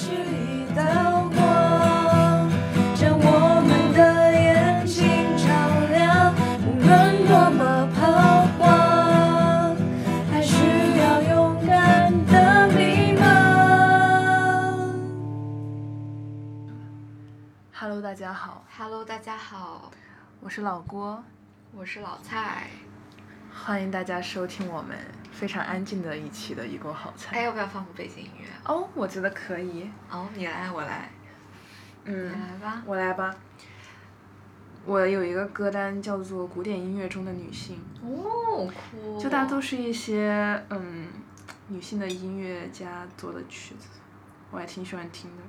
是一道光，将我们的眼睛照亮。无论多么彷徨，还需要勇敢的迷茫。Hello， 大家好。 Hello， 大家好， 我是老郭， 我是老蔡。 欢迎大家收听我们非常安静的一期的一锅好菜。 哎，要不要放部背景音乐？ 哦，我觉得可以。 哦，你来，我来。你来吧。 我来吧。我有一个歌单叫做《古典音乐中的女性》。 哦，酷。 就大家都是一些女性的音乐家做的曲子，我还挺喜欢听的。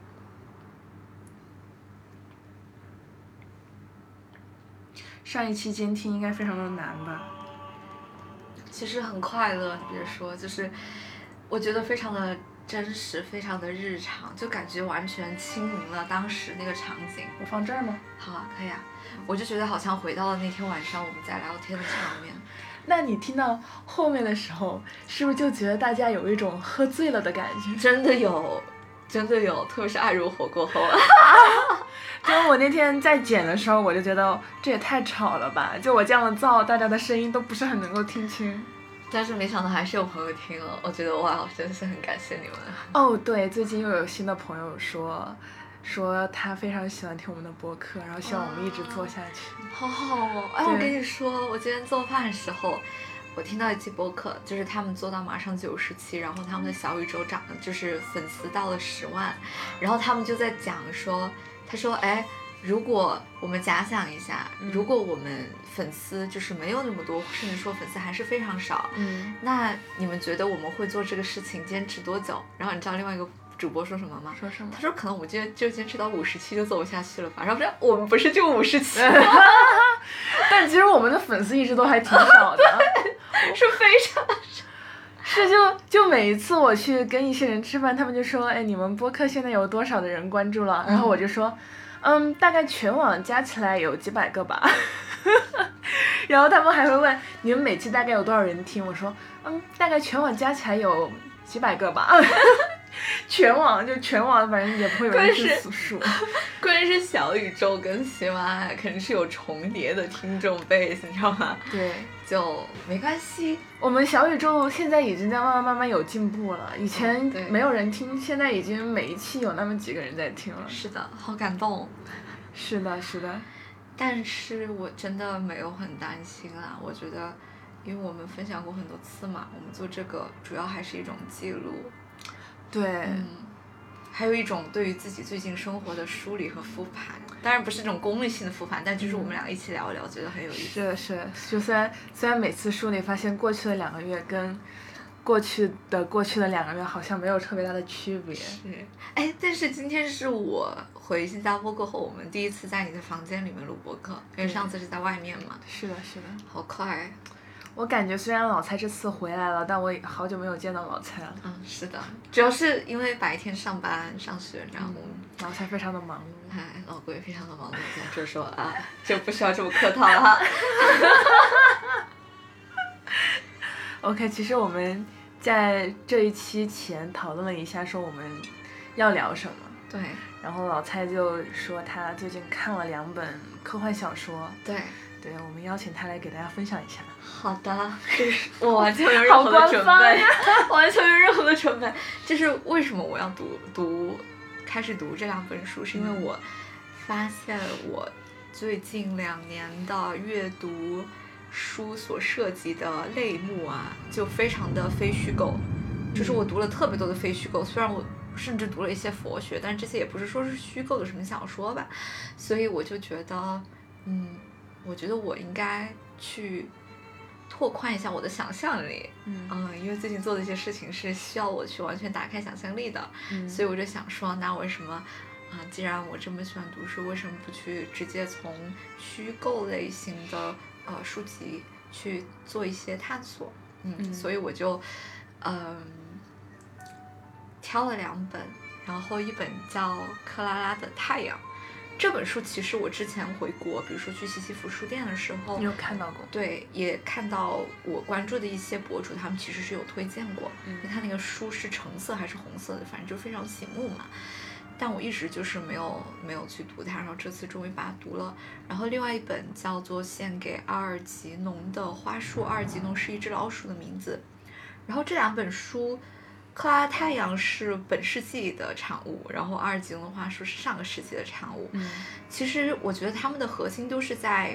上一期监听应该非常的难吧？ 其实很快乐，你别说，就是我觉得非常的真实，非常的日常，就感觉完全亲临了当时那个场景。 我放这儿吗？ 好啊，可以啊。我就觉得好像回到了那天晚上我们在聊天的场面。 那你听到后面的时候，是不是就觉得大家有一种喝醉了的感觉？ 真的有，真的有，特别是爱如火过后。 就我那天在剪的时候，我就觉得这也太吵了吧！就我这样的噪，大家的声音都不是很能够听清。 但是没想到还是有朋友听了，我觉得哇，真的是很感谢你们。 哦，对，最近又有新的朋友说他非常喜欢听我们的播客，然后希望我们一直做下去。 好好哦！哎，我跟你说，我今天做饭的时候，我听到一期播客，就是他们做到马上90期，然后他们的小宇宙就是粉丝到了10万，然后他们就在讲说，他说，哎，如果我们假想一下，如果我们粉丝就是没有那么多，甚至说粉丝还是非常少，那你们觉得我们会做这个事情坚持多久？然后你知道另外一个主播说什么吗？ 说什么？ 他说可能我们今天就坚持到50期就做不下去了吧。然后说我们不是就50期但其实我们的粉丝一直都还挺少的， 是非常少。 是就每一次我去跟一些人吃饭，他们就说，哎，你们播客现在有多少的人关注了？然后我就说，大概全网加起来有几百个吧。然后他们还会问你们每期大概有多少人听？我说，大概全网加起来有几百个吧。全网反正也不会有人去数。 关键是小宇宙跟喜马拉雅肯定是有重叠的听众 base， 你知道吗？ 对， 就没关系。 我们小宇宙现在已经在慢慢有进步了，以前没有人听，现在已经每一期有那么几个人在听了。 是的，好感动。 是的，是的。但是我真的没有很担心啦，我觉得，因为我们分享过很多次嘛，我们做这个主要还是一种记录。对，还有一种对于自己最近生活的梳理和复盘，当然不是这种功利性的复盘，但就是我们俩一起聊一聊，觉得很有意思。 是，就虽然每次梳理发现过去的2个月跟过去的2个月好像没有特别大的区别。 是，哎，但是今天是我回新加坡过后，我们第一次在你的房间里面录播客，因为上次是在外面嘛。 是的， 好快。 我感觉虽然老蔡这次回来了，但我好久没有见到老蔡了。 是的，主要是因为白天上班上学，然后老蔡非常的忙碌。 老郭也非常的忙碌，就说啊，就不需要这么客套了哈。 OK， 其实我们在这一期前讨论了一下，说我们要聊什么。 对。然后老蔡就说他最近看了2本科幻小说。对，我们邀请他来给大家分享一下。 好的，就是我完全没有任何的准备，完全没有任何的准备。就是为什么我要开始读这2本书，是因为我发现我最近2年的阅读书所涉及的类目啊，就非常的非虚构。就是我读了特别多的非虚构，虽然我甚至读了一些佛学，但是这些也不是说是虚构的什么小说吧。所以我就觉得，我觉得我应该去拓宽一下我的想象力，因为最近做的一些事情是需要我去完全打开想象力的，所以我就想说，那为什么，既然我这么喜欢读书，为什么不去直接从虚构类型的书籍去做一些探索？所以我就挑了2本，然后一本叫克拉拉的太阳。这本书其实我之前回国，比如说去西西弗书店的时候， 你有看到过？ 对，也看到我关注的一些博主，他们其实是有推荐过，因为他那个书是橙色还是红色的，反正就非常醒目嘛。 但我一直就是没有去读它，然后这次终于把它读了。然后另外一本叫做《献给阿尔吉农的花束》，阿尔吉农是一只老鼠的名字。然后这2本书，克拉太阳是本世纪的产物，然后阿尔吉农的花束是上个世纪的产物。其实我觉得他们的核心都是在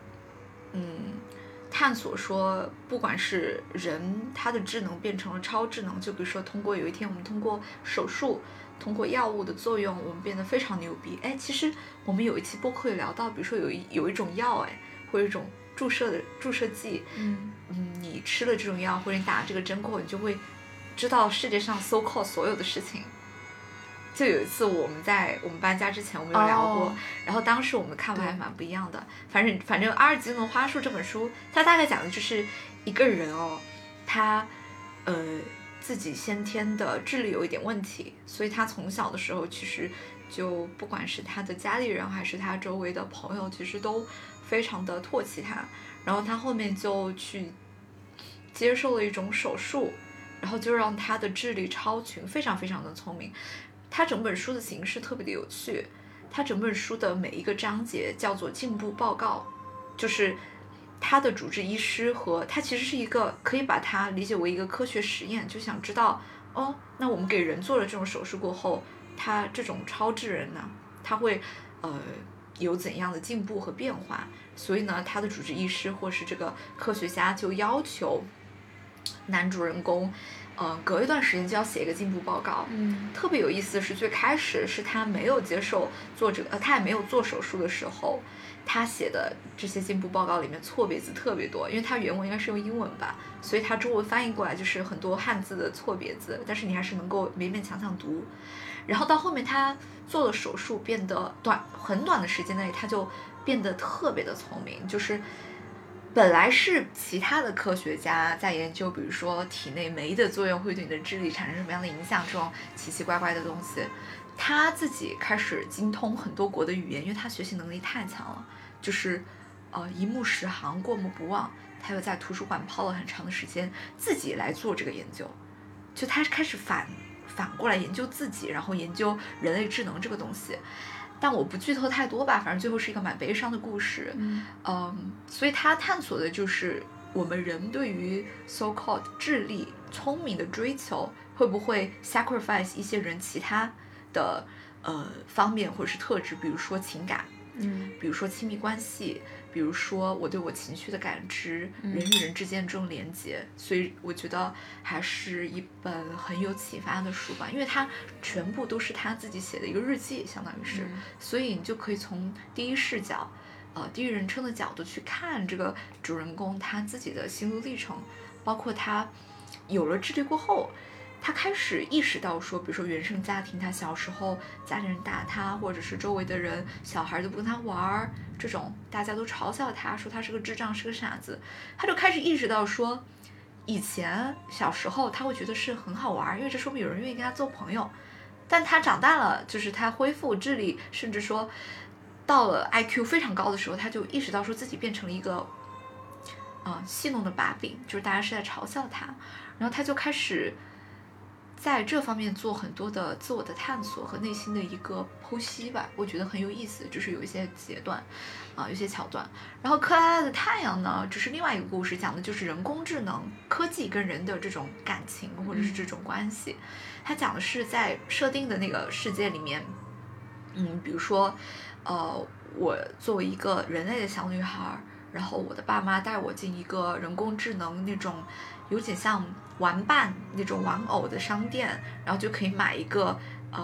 探索说，不管是人他的智能变成了超智能，就比如说通过有一天我们通过手术，通过药物的作用，我们变得非常牛逼。哎，其实我们有一期播客有聊到，比如说有一种药，或者一种注射剂，你吃了这种药或者你打了这个针过后，你就会知道世界上 so called 所有的事情。就有一次我们搬家之前我们有聊过，然后当时我们的看法还蛮不一样的。反正阿尔吉农花束这本书，它大概讲的就是一个人他自己先天的智力有一点问题，所以他从小的时候其实就不管是他的家里人还是他周围的朋友，其实都非常的唾弃他。然后他后面就去接受了一种手术，然后就让他的智力超群，非常非常的聪明。它整本书的形式特别的有趣，它整本书的每一个章节叫做进步报告，就是他的主治医师和他其实是一个，可以把它理解为一个科学实验，就想知道那我们给人做了这种手术过后，他这种超智人呢，他会有怎样的进步和变化。所以呢，他的主治医师或是这个科学家就要求男主人公隔一段时间就要写一个进步报告。特别有意思的是，最开始是他没有接受他也没有做手术的时候，他写的这些进步报告里面错别字特别多，因为他原文应该是用英文吧，所以他中文翻译过来就是很多汉字的错别字，但是你还是能够勉勉强强读。然后到后面他做了手术，变得很短的时间内他就变得特别的聪明，就是本来是其他的科学家在研究，比如说体内酶的作用会对你的智力产生什么样的影响，这种奇奇怪怪的东西，他自己开始精通很多国的语言，因为他学习能力太强了，就是一目十行，过目不忘。他又在图书馆泡了很长的时间，自己来做这个研究，就他开始反过来研究自己，然后研究人类智能这个东西。但我不剧透太多吧，反正最后是一个蛮悲伤的故事。所以他探索的就是我们人对于 so called 智力聪明的追求，会不会 sacrifice 一些人其他的方面或者是特质，比如说情感，比如说亲密关系，比如说我对我情绪的感知，人与人之间这种连接。所以我觉得还是一本很有启发的书吧，因为它全部都是他自己写的一个日记，相当于是，所以你就可以从第一视角第一人称的角度去看这个主人公他自己的心路历程，包括他有了智力过后，他开始意识到说，比如说原生家庭，他小时候家里人打他，或者是周围的人小孩都不跟他玩，这种大家都嘲笑他，说他是个智障，是个傻子。他就开始意识到说，以前小时候他会觉得是很好玩，因为这说明有人愿意跟他做朋友。但他长大了，就是他恢复智力，甚至说到了 IQ 非常高的时候，他就意识到说自己变成了一个戏弄的把柄，就是大家是在嘲笑他。然后他就开始在这方面做很多的自我的探索和内心的一个剖析吧，我觉得很有意思，就是有一些阶段有些桥段。然后克拉拉的太阳呢，这是另外一个故事，讲的就是人工智能科技跟人的这种感情或者是这种关系。它讲的是在设定的那个世界里面，比如说我作为一个人类的小女孩，然后我的爸妈带我进一个人工智能那种有点像玩伴那种玩偶的商店，然后就可以买一个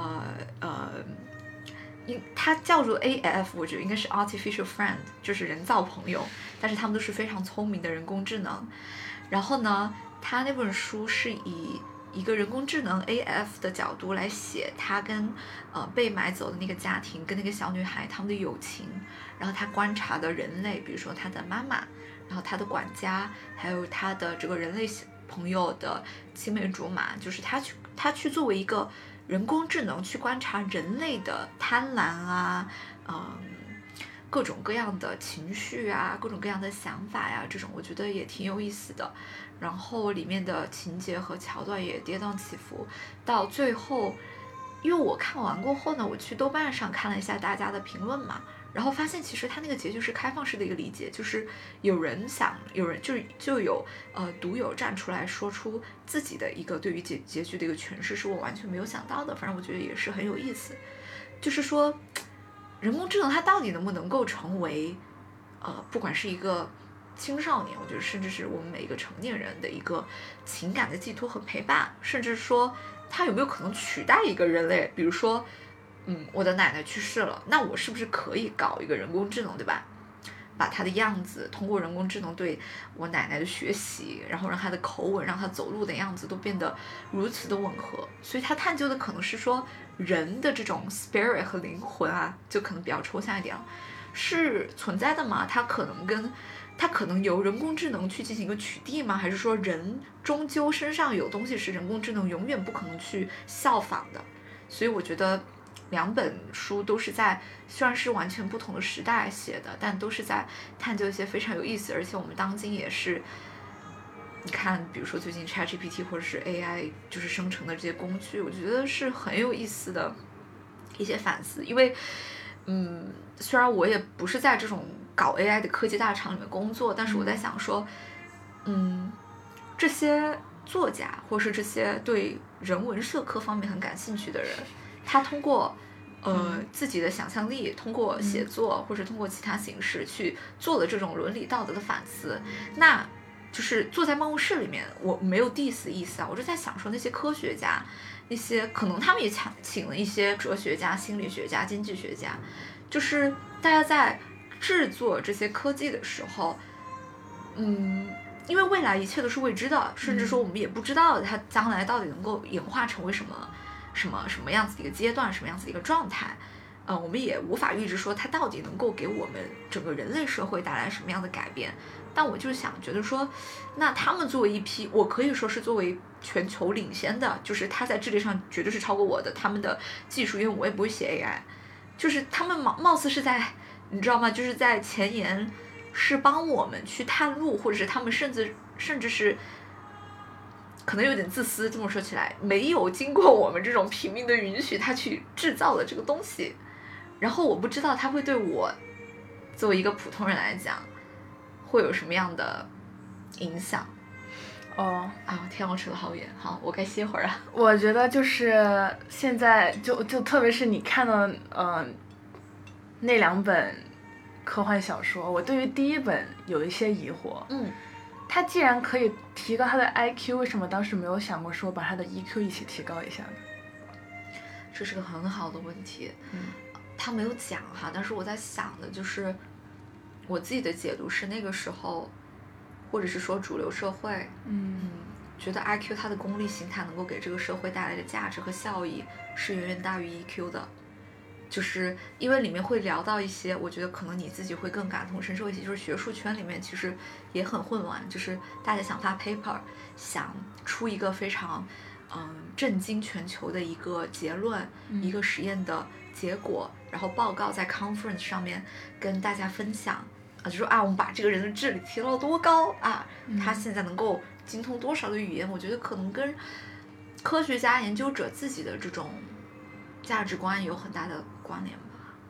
它叫做 AF， 我觉得应该是 artificial friend， 就是人造朋友，但是他们都是非常聪明的人工智能。然后呢，他那本书是以一个人工智能 AF 的角度来写他跟被买走的那个家庭跟那个小女孩他们的友情，然后他观察的人类，比如说他的妈妈，然后他的管家，还有他的这个人类朋友的青梅竹马，就是他去作为一个人工智能去观察人类的贪婪各种各样的情绪各种各样的想法这种我觉得也挺有意思的。然后里面的情节和桥段也跌宕起伏，到最后因为我看完过后呢，我去豆瓣上看了一下大家的评论嘛，然后发现其实它那个结局是开放式的一个理解，就是有人就有读友站出来说出自己的一个对于结局的一个诠释，是我完全没有想到的，反正我觉得也是很有意思。就是说，人工智能它到底能不能够成为不管是一个青少年，我觉得甚至是我们每一个成年人的一个情感的寄托和陪伴，甚至说它有没有可能取代一个人类？比如说，我的奶奶去世了，那我是不是可以搞一个人工智能，对吧？把她的样子通过人工智能对我奶奶的学习，然后让她的口吻，让她走路的样子都变得如此的吻合。所以她探究的可能是说人的这种 spirit 和灵魂啊，就可能比较抽象一点了，是存在的吗？它可能由人工智能去进行一个取缔吗？还是说人终究身上有东西是人工智能永远不可能去效仿的？所以我觉得两本书都是在虽然是完全不同的时代写的，但都是在探究一些非常有意思，而且我们当今也是，你看，比如说最近 ChatGPT 或者是 AI 就是生成的这些工具，我觉得是很有意思的一些反思。因为虽然我也不是在这种搞 AI 的科技大厂里面工作，但是我在想说，这些作家或是这些对人文社科方面很感兴趣的人，他通过自己的想象力，通过写作或者通过其他形式去做了这种伦理道德的反思，那就是坐在办公室里面，我没有 diss 意思啊，我就在想说那些科学家，那些可能他们也请了一些哲学家、心理学家、经济学家，就是大家在制作这些科技的时候，因为未来一切都是未知的，甚至说我们也不知道它将来到底能够演化成为什么样子的一个阶段，什么样子的一个状态，我们也无法预知说它到底能够给我们整个人类社会带来什么样的改变。但我就想觉得说，那他们作为一批，我可以说是作为全球领先的，就是他在智力上绝对是超过我的，他们的技术，因为我也不会写 AI， 就是他们貌似是在，你知道吗？就是在前沿是帮我们去探路，或者是他们甚至是可能有点自私，这么说起来，没有经过我们这种平民的允许，他去制造了这个东西，然后我不知道他会对我作为一个普通人来讲会有什么样的影响。天，我扯得好远，好，我该歇会儿了。 我觉得就是现在就特别是你看的那两本科幻小说，我对于第一本有一些疑惑。他既然可以提高他的 IQ， 为什么当时没有想过说把他的 EQ 一起提高一下呢？ 这是个很好的问题。他没有讲哈，但是我在想的就是我自己的解读是那个时候，或者是说主流社会，觉得 IQ 它的功利性，它能够给这个社会带来的价值和效益是远远大于 EQ 的。就是因为里面会聊到一些，我觉得可能你自己会更感同身受一些，就是学术圈里面其实也很混乱，就是大家想发 paper， 想出一个非常震惊全球的一个结论，一个实验的结果，然后报告在 conference 上面跟大家分享，就说我们把这个人的智力提到了多高啊，他现在能够精通多少的语言，我觉得可能跟科学家研究者自己的这种价值观有很大的关联吧。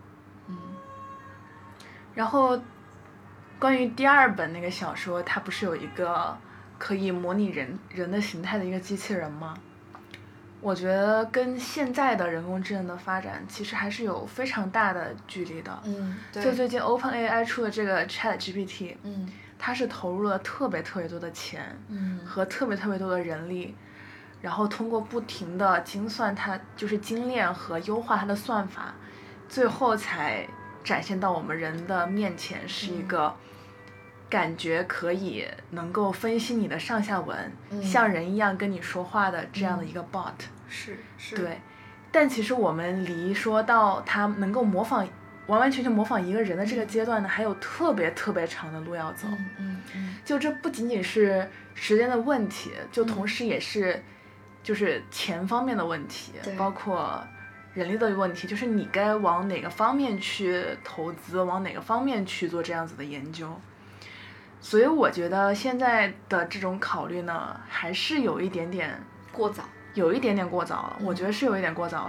然后关于第二本那个小说，它不是有一个可以模拟人的形态的一个机器人吗？我觉得跟现在的人工智能的发展其实还是有非常大的距离的。 对。 就最近 OpenAI 出的这个 ChatGPT，它是投入了特别多的钱，和特别多的人力，然后通过不停的精算它，就是精炼和优化它的算法，最后才展现到我们人的面前，是一个感觉可以能够分析你的上下文，像人一样跟你说话的这样的一个 bot。 是。 对，但其实我们离说到它能够完全模仿一个人的这个阶段呢，还有特别长的路要走。就这不仅仅是时间的问题，就同时也是就是钱方面的问题，包括人力的问题，就是你该往哪个方面去投资，往哪个方面去做这样子的研究。所以我觉得现在的这种考虑呢，还是有一点点过早， 有一点点过早了。我觉得是有一点过早了。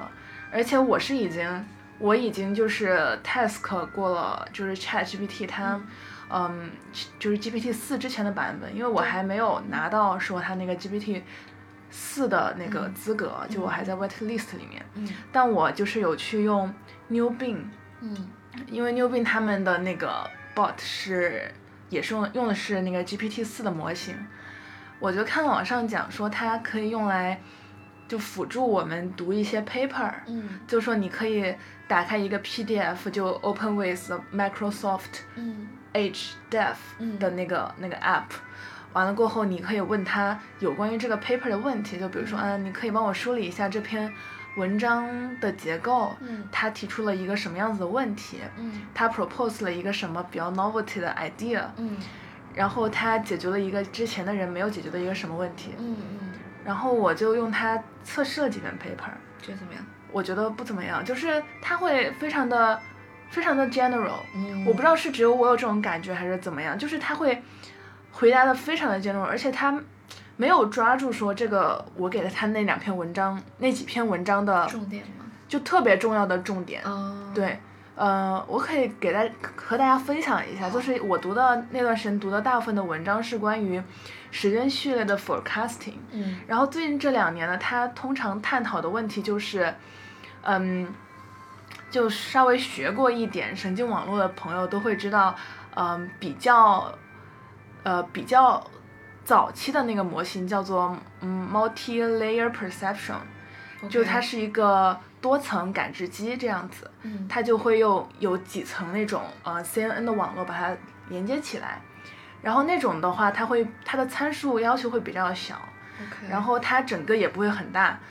而且我已经就是 task 过了，就是 ChatGPT 它，就是 GPT-4之前的版本，因为我还没有拿到说它那个 GPT-4的那个资格，就我还在 wait list 里面。但我就是有去用 Newbin，因为 Newbin 他们的那个 bot 也是用的是那个 GPT-4的模型，我就看网上讲说它可以用来就辅助我们读一些 paper，就说你可以打开一个 PDF， 就 open with Microsoft Edge Dev 的那个 app，完了过后你可以问他有关于这个 paper 的问题，就比如说你可以帮我梳理一下这篇文章的结构，他提出了一个什么样子的问题，他 propose 了一个什么比较 novelty 的 idea，然后他解决了一个之前的人没有解决的一个什么问题，然后我就用它测试了几篇 paper， 觉得怎么样？ 我觉得不怎么样，就是它会非常的 general，我不知道是只有我有这种感觉还是怎么样，就是它会回答的非常的 general， 而且它没有抓住说这个我给了他那几篇文章的重点吗？ 就特别重要的重点。对，我可以和大家分享一下，就是我读的那段时间读的大部分的文章是关于时间序列的 forecasting，然后最近这2年呢，它通常探讨的问题就是，就稍微学过一点神经网络的朋友都会知道，比较早期的那个模型叫做multi-layer perception，就它是一个多层感知机这样子，它就会有几层那种CNN 的网络把它连接起来，然后那种的话它的参数要求会比较小，然后它整个也不会很大，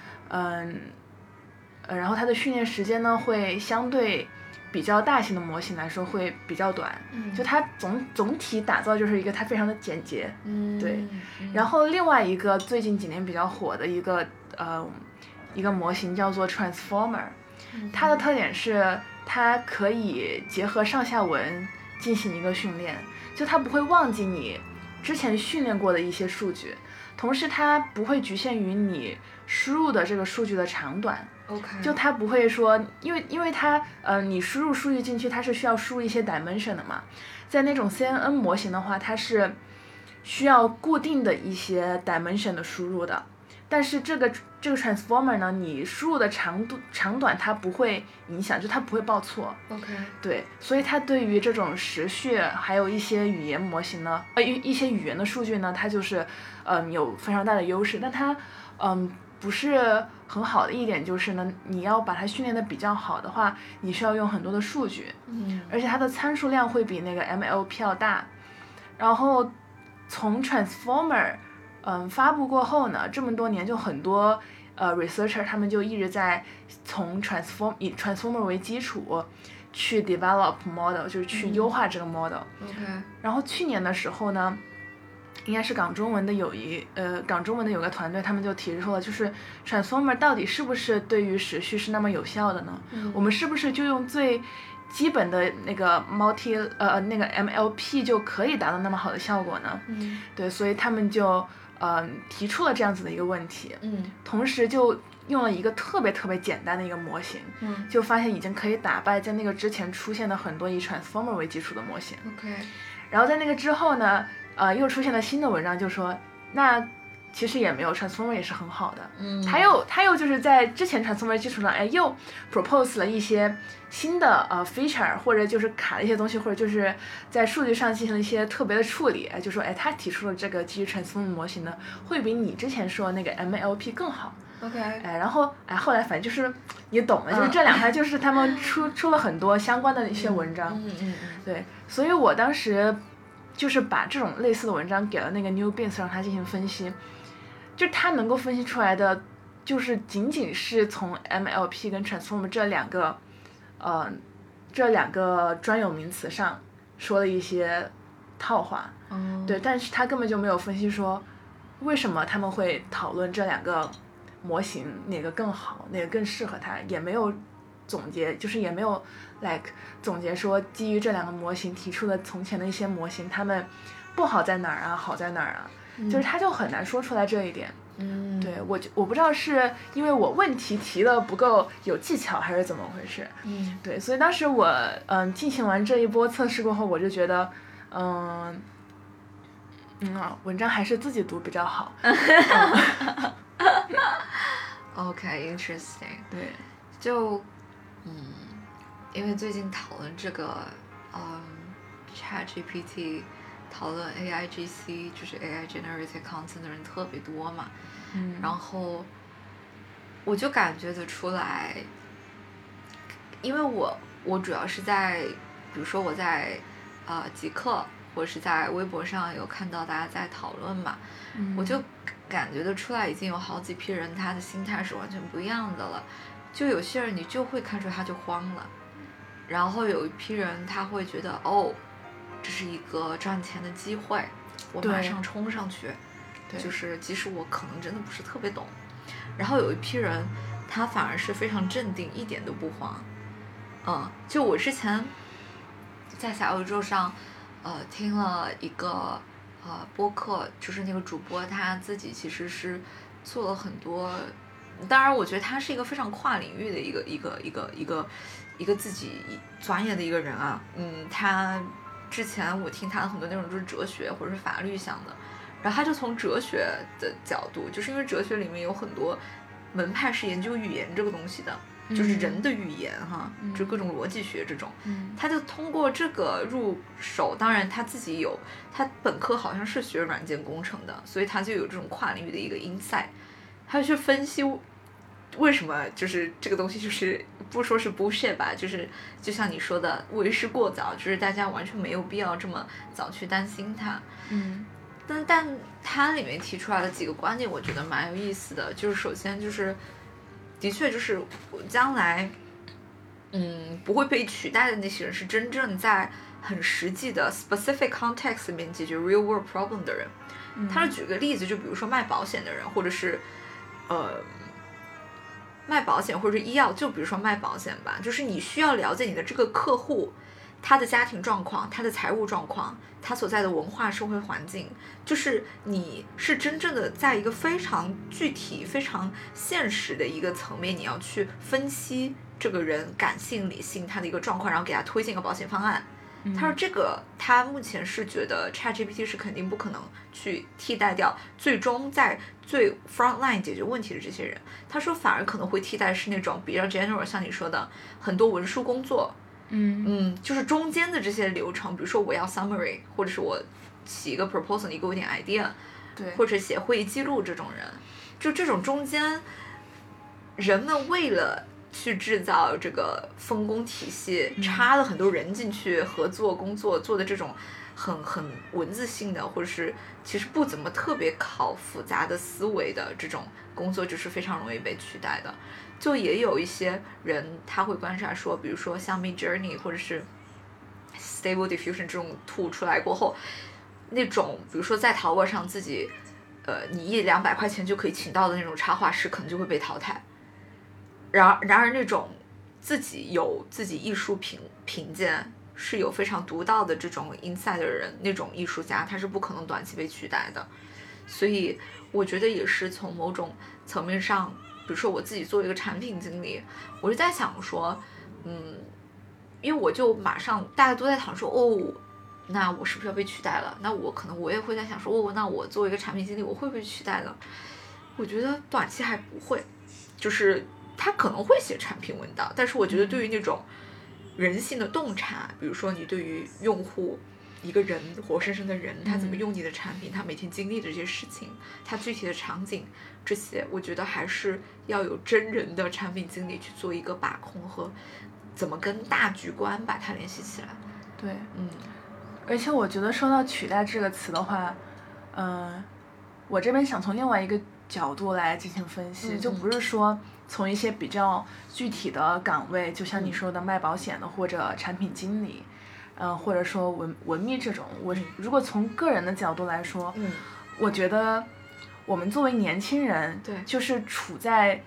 然后它的训练时间呢会相对比较大型的模型来说会比较短，就它总体打造就是一个它非常的简洁，对。然后另外一个最近几年比较火的一个模型叫做 Transformer，它的特点是它可以结合上下文进行一个训练，就它不会忘记你之前训练过的一些数据，同时它不会局限于你输入的这个数据的长短。就它不会说，因为它你输入数据进去，它是需要输入一些 dimension 的嘛，在那种 CNN 模型的话，它是需要固定的一些 dimension 的输入的，但是这个 transformer 呢，你输入的长短它不会影响，就它不会报错。对，所以它对于这种时序还有一些语言模型呢，一些语言的数据呢，它就是有非常大的优势，但它不是很好的一点就是呢，你要把它训练的比较好的话，你需要用很多的数据，而且它的参数量会比那个 MLP 要大。然后从 Transformer 发布过后呢，这么多年就很多researcher 他们就一直在从以 Transformer 为基础去 develop model， 就是去优化这个 model。然后去年的时候呢，应该是港中文的有个团队，他们就提出了，就是 Transformer 到底是不是对于时序是那么有效的呢？我们是不是就用最基本的那个那个 MLP 就可以达到那么好的效果呢？对，所以他们就提出了这样子的一个问题，同时就用了一个特别特别简单的一个模型，就发现已经可以打败在那个之前出现的很多以 Transformer 为基础的模型。然后在那个之后呢，又出现了新的文章，就说那其实也没有 Transformer 也是很好的，他又就是在之前 Transformer 基础上，又 propose 了一些新的feature， 或者就是卡了一些东西，或者就是在数据上进行了一些特别的处理，就说他提出了这个基于 Transformer 模型呢，会比你之前说的那个 MLP 更好。然后后来反正就是你懂了，就是这2台就是他们出了很多相关的一些文章，对，所以我当时就是把这种类似的文章给了那个 Newbin 让他进行分析，就他能够分析出来的，就是仅仅是从 MLP 跟 Transformer 这两个专有名词上说了一些套话，对，但是他根本就没有分析说为什么他们会讨论这2个模型哪个更好，哪个更适合它，也没有总结，就是也没有总结说基于这2个模型提出的从前的一些模型，他们不好在哪儿啊，好在哪儿啊，就是他就很难说出来这一点。 对，我不知道是因为我问题提的不够有技巧，还是怎么回事。对，所以当时我进行完这一波测试过后，我就觉得文章还是自己读比较好。 OK，interesting。 对， 就因为最近讨论这个ChatGPT， 讨论 AIGC， 就是 AI Generated Content 的人特别多嘛。然后我就感觉得出来，因为我主要是在，比如说我在极客或者是在微博上有看到大家在讨论嘛，我就感觉得出来已经有好几批人他的心态是完全不一样的了。就有些人你就会看出他就慌了，然后有一批人他会觉得这是一个赚钱的机会，我马上冲上去，就是即使我可能真的不是特别懂。然后有一批人他反而是非常镇定，一点都不慌。就我之前在小宇宙上听了一个播客，就是那个主播他自己其实是做了很多，当然我觉得他是一个非常跨领域的一个自己专业的一个人啊。他之前我听他的很多内容就是哲学或者是法律向的，然后他就从哲学的角度，就是因为哲学里面有很多门派是研究语言这个东西的，就是人的语言哈，就各种逻辑学这种，他就通过这个入手。当然他自己有，他本科好像是学软件工程的，所以他就有这种跨领域的一个 insight， 他就去分析为什么就是这个东西就是不说是 bullshit 吧，就是就像你说的为时过早，就是大家完全没有必要这么早去担心它。但它里面提出来的几个观点我觉得蛮有意思的，就是首先就是的确就是将来不会被取代的那些人是真正在很实际的 specific context 里面解决 real world problem 的人。他是举个例子，就比如说卖保险的人，或者是卖保险或者是医药，就比如说卖保险吧，就是你需要了解你的这个客户他的家庭状况，他的财务状况，他所在的文化社会环境，就是你是真正的在一个非常具体非常现实的一个层面，你要去分析这个人感性理性他的一个状况，然后给他推荐一个保险方案。他说这个他目前是觉得 ChatGPT 是肯定不可能去替代掉最终在最 front line 解决问题的这些人。他说反而可能会替代是那种比较 general， 像你说的很多文书工作，就是中间的这些流程，比如说我要 summary， 或者是我起一个 proposal， 你给我一点 idea， 对， 或者写会议记录，这种人，就这种中间人们为了去制造这个分工体系，插了很多人进去合作工作做的这种很文字性的，或者是其实不怎么特别考复杂的思维的这种工作，就是非常容易被取代的。就也有一些人他会观察说，比如说像 Midjourney 或者是 Stable Diffusion 这种tool出来过后，那种比如说在淘宝上自己你100-200块钱就可以请到的那种插画师可能就会被淘汰。然而那种自己有自己艺术品鉴，是有非常独到的这种 insight 的人，那种艺术家他是不可能短期被取代的。所以我觉得也是从某种层面上，比如说我自己做一个产品经理，我是在想说因为我就马上大家都在讨论说那我是不是要被取代了，那我也会在想说那我作为一个产品经理我会不会被取代了。我觉得短期还不会，就是他可能会写产品文档，但是我觉得对于那种人性的洞察，比如说你对于用户一个人活生生的人，他怎么用你的产品，他每天经历的这些事情，他具体的场景，这些我觉得还是要有真人的产品经理去做一个把控和怎么跟大局观把它联系起来。 对，而且我觉得说到取代这个词的话，我这边想从另外一个角度来进行分析，就不是说从一些比较具体的岗位，就像你说的卖保险的或者产品经理，或者说文秘这种，我如果从个人的角度来说，我觉得我们作为年轻人， 对， 就是处在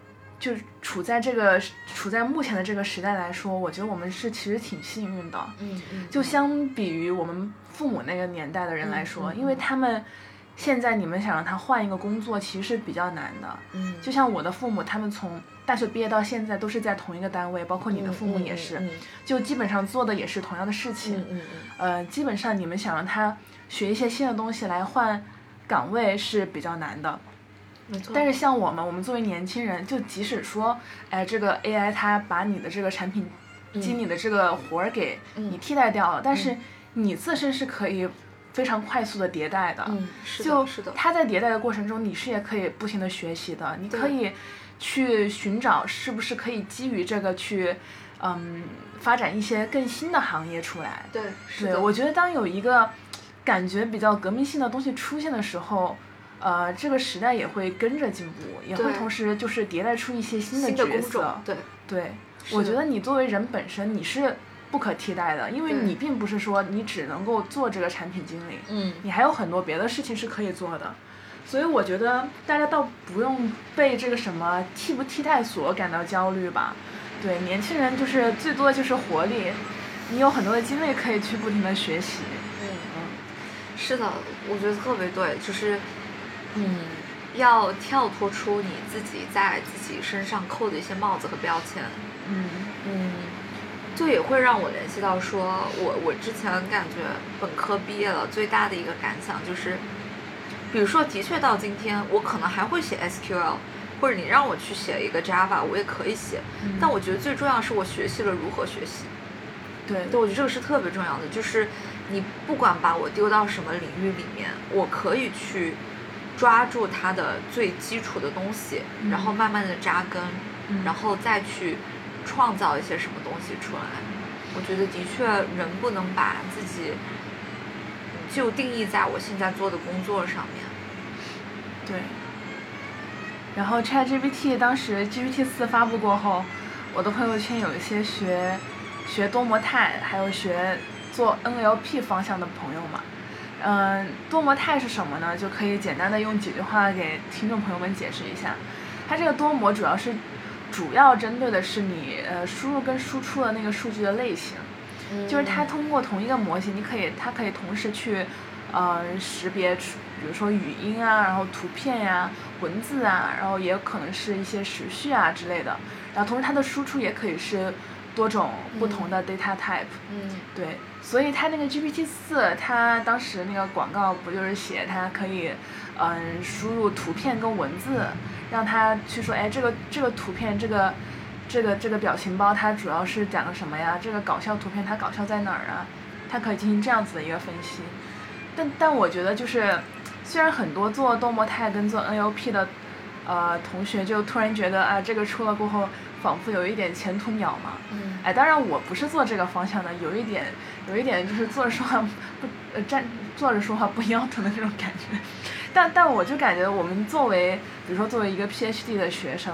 目前的这个时代来说，我觉得我们是其实挺幸运的，就相比于我们父母那个年代的人来说，因为他们现在你们想让他换一个工作，其实是比较难的。就像我的父母，他们从大学毕业到现在都是在同一个单位，包括你的父母也是，就基本上做的也是同样的事情。基本上你们想让他学一些新的东西来换岗位是比较难的。 没错。 但是像我们作为年轻人，就即使说，这个 AI 它把你的这个产品经理的这个活儿给你替代掉了，但是你自身是可以非常快速的迭代的。 是的。 是的。 它在迭代的过程中，你是也可以不停的学习的，你可以去寻找是不是可以基于这个去，发展一些更新的行业出来。 对，是的。 对，我觉得当有一个感觉比较革命性的东西出现的时候，这个时代也会跟着进步，也会同时就是迭代出一些新的角色。对，我觉得你作为人本身你是不可替代的，因为你并不是说你只能够做这个产品经理，你还有很多别的事情是可以做的。所以我觉得大家倒不用被这个什么替不替代所感到焦虑吧。对，年轻人就是最多的就是活力，你有很多的精力可以去不停的学习。 是的，我觉得特别对，就是要跳脱出你自己在自己身上扣的一些帽子和标签。就也会让我联系到说，我之前感觉本科毕业了最大的一个感想就是，比如说的确到今天我可能还会写 SQL， 或者你让我去写一个 Java 我也可以写，但我觉得最重要的是我学习了如何学习。 对， 我觉得这个是特别重要的，就是你不管把我丢到什么领域里面，我可以去抓住它的最基础的东西，然后慢慢的扎根，然后再去创造一些什么东西出来。我觉得的确人不能把自己就定义在我现在做的工作上面。 对。然后 ChatGPT 当时 GPT-4 发布过后，我的朋友圈有一些学多模态还有学做 NLP 方向的朋友嘛。多模态是什么呢？就可以简单的用几句话给听众朋友们解释一下。它这个多模主要针对的是你输入跟输出的那个数据的类型，就是它通过同一个模型，它可以同时去识别出，比如说语音啊，然后图片呀、文字啊，然后也可能是一些时序啊之类的，然后同时它的输出也可以是多种不同的 data type。对，所以它那个 GPT-4，它当时那个广告不就是写它可以输入图片跟文字，让它去说，这个图片这个表情包它主要是讲个什么呀？这个搞笑图片它搞笑在哪儿啊？它可以进行这样子的一个分析。但我觉得就是，虽然很多做多模态跟做 NLP 的同学就突然觉得这个出了过后仿佛有一点前途渺茫。当然我不是做这个方向的，有一点就是坐着说话坐着说话不腰疼的这种感觉。但我就感觉我们比如说作为一个 PhD 的学生，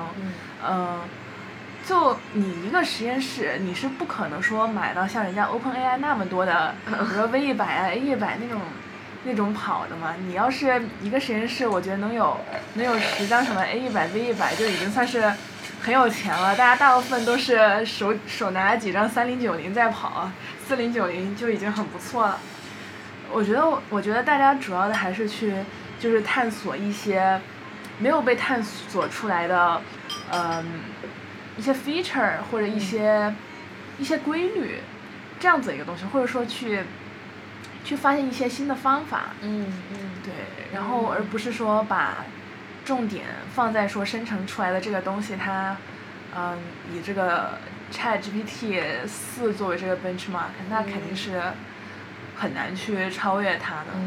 就你一个实验室，你是不可能说买到像人家 OpenAI 那么多的，比如说 V100啊 A100那种跑的嘛。你要是一个实验室，我觉得能有10张什么 A100 V100就已经算是很有钱了。大家大部分都是手拿几张3090在跑，4090就已经很不错了。我觉得大家主要的还是就是探索一些没有被探索出来的一些 feature 或者一些规律，这样子一个东西，或者说去发现一些新的方法。对，然后而不是说把重点放在说生成出来的这个东西它以这个 ChatGPT-4 作为这个 benchmark， 那肯定是很难去超越它的。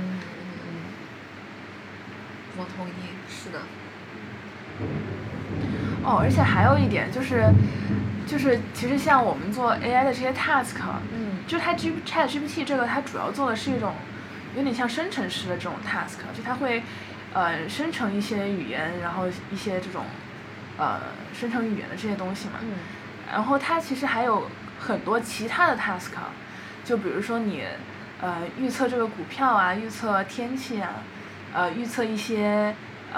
我同意，是的。 而且还有一点就是其实像我们做 AI 的这些 task，就它 ChatGPT 这个它主要做的是一种有点像生成式的这种 task， 就它会生成一些语言，然后一些这种生成语言的这些东西嘛。然后它其实还有很多其他的 task， 就比如说你预测这个股票啊，预测天气啊，预测一些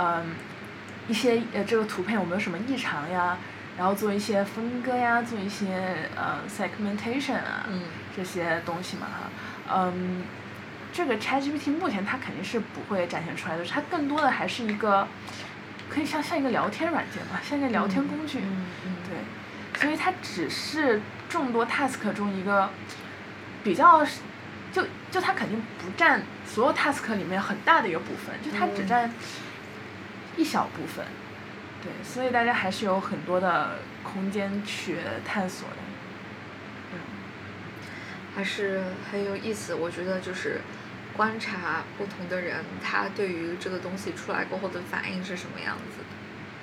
这个图片有没有什么异常呀，然后做一些分割呀，做一些segmentation 啊，这些东西嘛哈。 这个 ChatGPT 目前它肯定是不会展现出来的，它更多的还是一个可以像一个聊天软件吧，像一个聊天工具。对，所以它只是众多 task 中一个比较，就它肯定不占所有 task 里面很大的一个部分，就它只占一小部分。对，所以大家还是有很多的空间去探索的。 还是很有意思，我觉得就是观察不同的人，他对于这个东西出来过后的反应是什么样子的。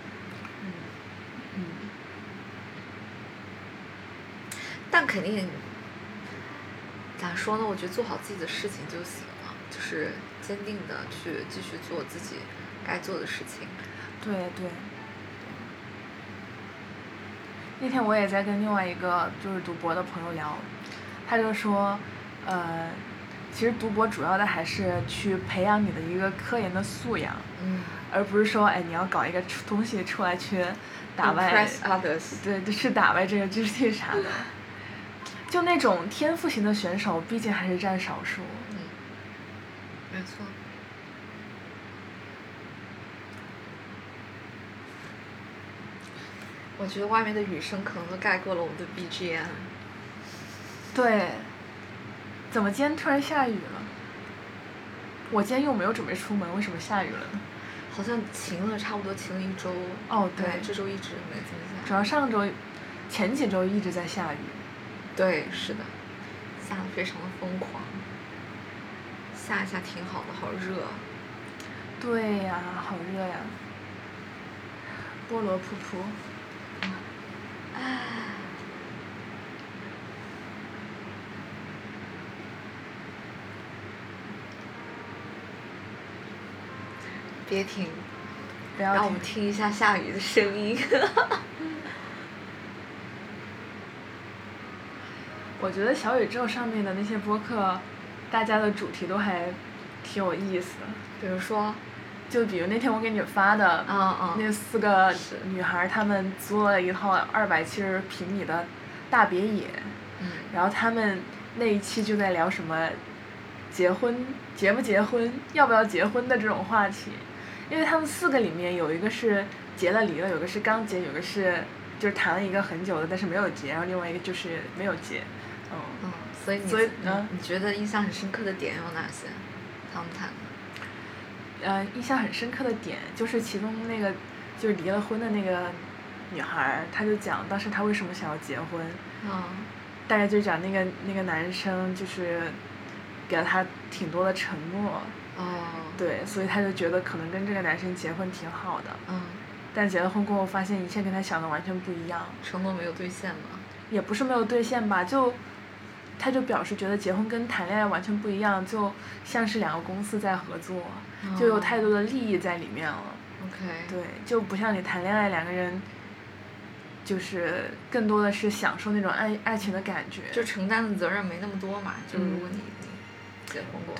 但肯定咋说呢？我觉得做好自己的事情就行了，就是坚定的去继续做自己该做的事情。 对。那天我也在跟另外一个就是读博的朋友聊，他就说，其实读博主要的还是去培养你的一个科研的素养，而不是说你要搞一个东西出来去打败 others， 对，去打败这个 GPT 啥的，就那种天赋型的选手，毕竟还是占少数。 没错。我觉得外面的雨声可能都盖过了我们的 BGM。 对。怎么今天突然下雨了？我今天又没有准备出门，为什么下雨了呢？ 好像晴了，差不多晴了1周。 哦，对， 这周一直没怎么下。 主要上周、前几周一直在下雨。 对，是的，下得非常的疯狂。下一下挺好的，好热。 对呀，好热呀。菠萝噗噗。 别停， 不要停， 让我们听一下下雨的声音。 我觉得小宇宙上面的那些播客，大家的主题都还挺有意思的。 比如说， 就比如那天我给你发的，那4个女孩，她们租了一套270平米的大别野，然后她们那一期就在聊什么结不结婚，要不要结婚的这种话题。因为他们4个里面有一个是结了离了，有个是刚结，有个是就是谈了一个很久的但是没有结，然后另外一个就是没有结。 所以你觉得印象很深刻的点有哪些？他们谈的。印象很深刻的点就是其中那个就是离了婚的那个女孩，她就讲当时她为什么想要结婚。大概就讲那个男生就是给了她挺多的承诺。对，所以她就觉得可能跟这个男生结婚挺好的。但结了婚过后发现一切跟她想的完全不一样。 承诺没有兑现吗？ 也不是没有兑现吧，他就表示觉得结婚跟谈恋爱完全不一样，就像是2个公司在合作，就有太多的利益在里面了。对，就不像你谈恋爱2个人，就是更多的是享受那种爱情的感觉。 就承担的责任没那么多嘛，就如果你结婚过。 对。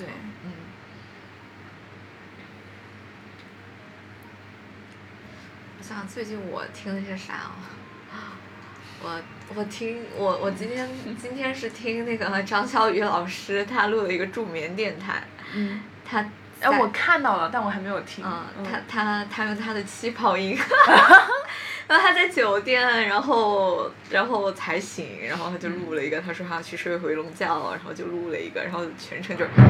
我想最近我听了些啥啊？我今天是听那个张小雨老师，他录了一个助眠电台。 我看到了，但我还没有听。 他用他的气泡音，然后他在酒店，然后才醒，然后他就录了一个，他说他要去睡回笼觉，然后就录了一个，然后全程就是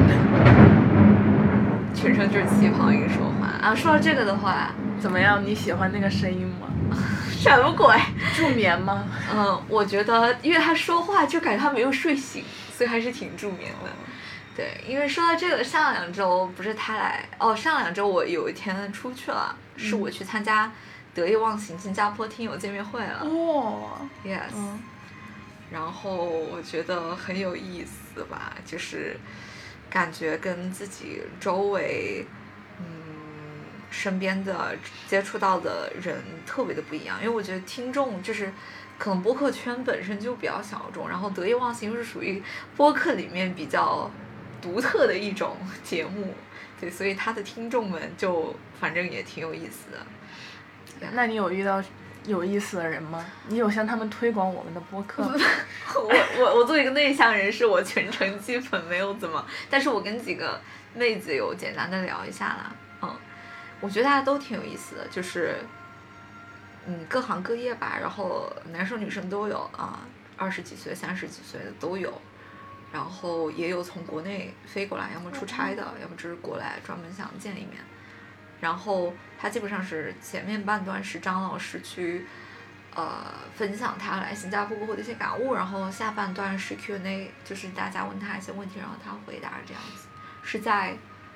气泡音说话啊。说到这个的话， 怎么样？你喜欢那个声音吗？ 什么鬼？ 助眠吗？ 我觉得因为他说话就感觉他没有睡醒，所以还是挺助眠的。对，因为说到这个，上2周不是他来上2周我有一天出去了，是我去参加得意忘形新加坡听友见面会了。Yes。然后我觉得很有意思吧，就是感觉跟自己周围身边的接触到的人特别的不一样，因为我觉得听众就是可能播客圈本身就比较小众，然后得意忘形又是属于播客里面比较独特的一种节目，对，所以他的听众们就反正也挺有意思的。 那你有遇到有意思的人吗？你有向他们推广我们的播客吗？ 我作为一个内向人士，我全程基本没有怎么，但是我跟几个妹子有简单的聊一下啦。我觉得大家都挺有意思的，就是各行各业吧，然后男生女生都有啊，20几岁、30几岁的都有，然后也有从国内飞过来，要么出差的，要么只是过来专门想见一面。然后他基本上是前面半段是张老师去分享他来新加坡过后的一些感悟，然后下半段是 Q&A， 就是大家问他一些问题，然后他回答这样子。是在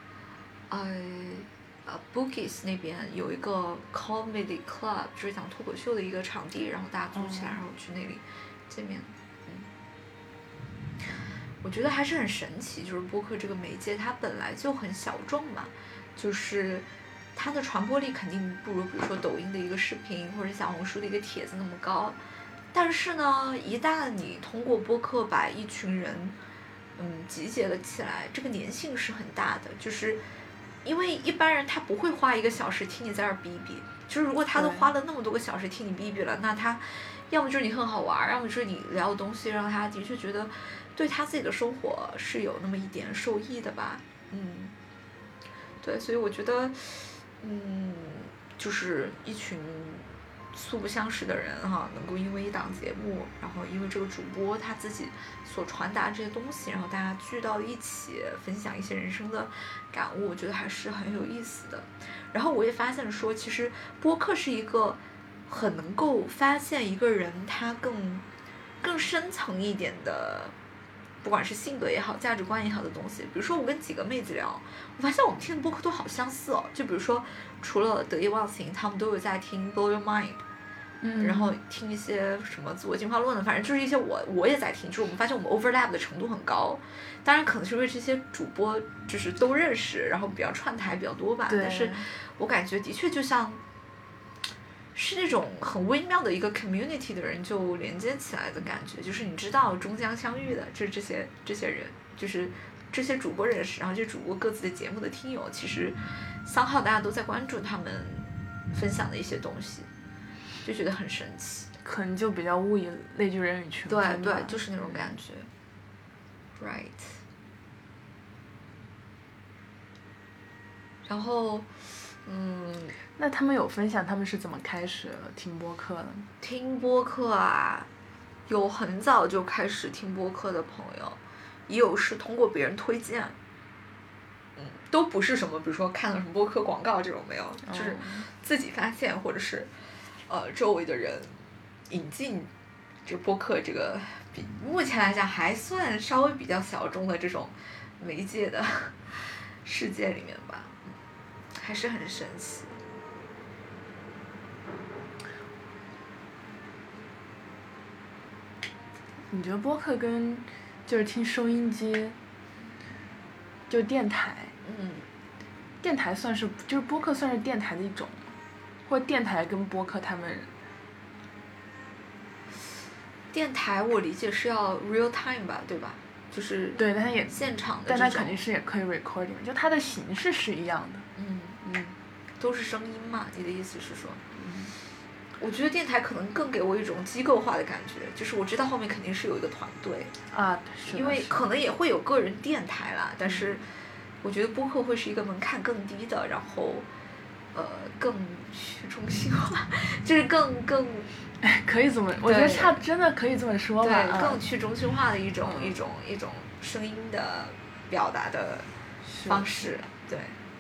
Bugis 那边有一个 comedy club， 就是讲脱口秀的一个场地，然后大家租起来，然后去那里见面。我觉得还是很神奇，就是播客这个媒介它本来就很小众嘛，就是它的传播力肯定不如比如说抖音的一个视频或者小红书的一个帖子那么高，但是呢，一旦你通过播客把一群人集结了起来，这个粘性是很大的，就是因为一般人他不会花1个小时听你在这儿逼逼，就是如果他都花了那么多个小时听你逼逼了，那他要么就是你很好玩，要么就是你聊的东西让他的确觉得对他自己的生活是有那么一点受益的吧。对，所以我觉得就是一群素不相识的人哈，能够因为一档节目，然后因为这个主播他自己所传达这些东西，然后大家聚到一起分享一些人生的感悟，我觉得还是很有意思的。然后我也发现说，其实播客是一个很能够发现一个人他更深层一点的，不管是性格也好，价值观也好的东西。比如说我跟几个妹子聊，我发现我们听的播客都好相似哦。就比如说除了得意忘形，他们都有在听 Blow Your Mind，然后听一些什么自我进化论的，反正就是一些我也在听，就是我们发现我们 overlap 的程度很高。当然可能是因为这些主播就是都认识，然后比较串台比较多吧，但是我感觉的确就像是那种很微妙的一个 community 的人就连接起来的感觉，就是你知道终将相遇的，就是这些人，就是这些主播认识，然后这主播各自的节目的听友，其实somehow大家都在关注他们分享的一些东西，就觉得很神奇。 可能就比较物以类聚，人以群分。 对，就是那种感觉。Right。然后， 那他们有分享他们是怎么开始听播客的吗？ 听播客啊，有很早就开始听播客的朋友，也有是通过别人推荐，都不是什么比如说看了什么播客广告这种没有，就是自己发现或者是周围的人引进这播客这个比目前来讲还算稍微比较小众的这种媒介的世界里面吧，还是很神奇。 你觉得播客跟就是听收音机，就电台，电台算是就是播客算是电台的一种，或者电台跟播客他们。 电台我理解是要 real time 吧，对吧？就是对，但它也现场的， 但它肯定是也可以 recording， 就它的形式是一样的。 都是声音嘛？你的意思是说？我觉得电台可能更给我一种机构化的感觉，就是我知道后面肯定是有一个团队啊，是因为可能也会有个人电台啦，但是我觉得播客会是一个门槛更低的，然后更去中心化，就是更可以这么，我觉得真的可以这么说吧， 对，更去中心化的一种声音的表达的方式，对。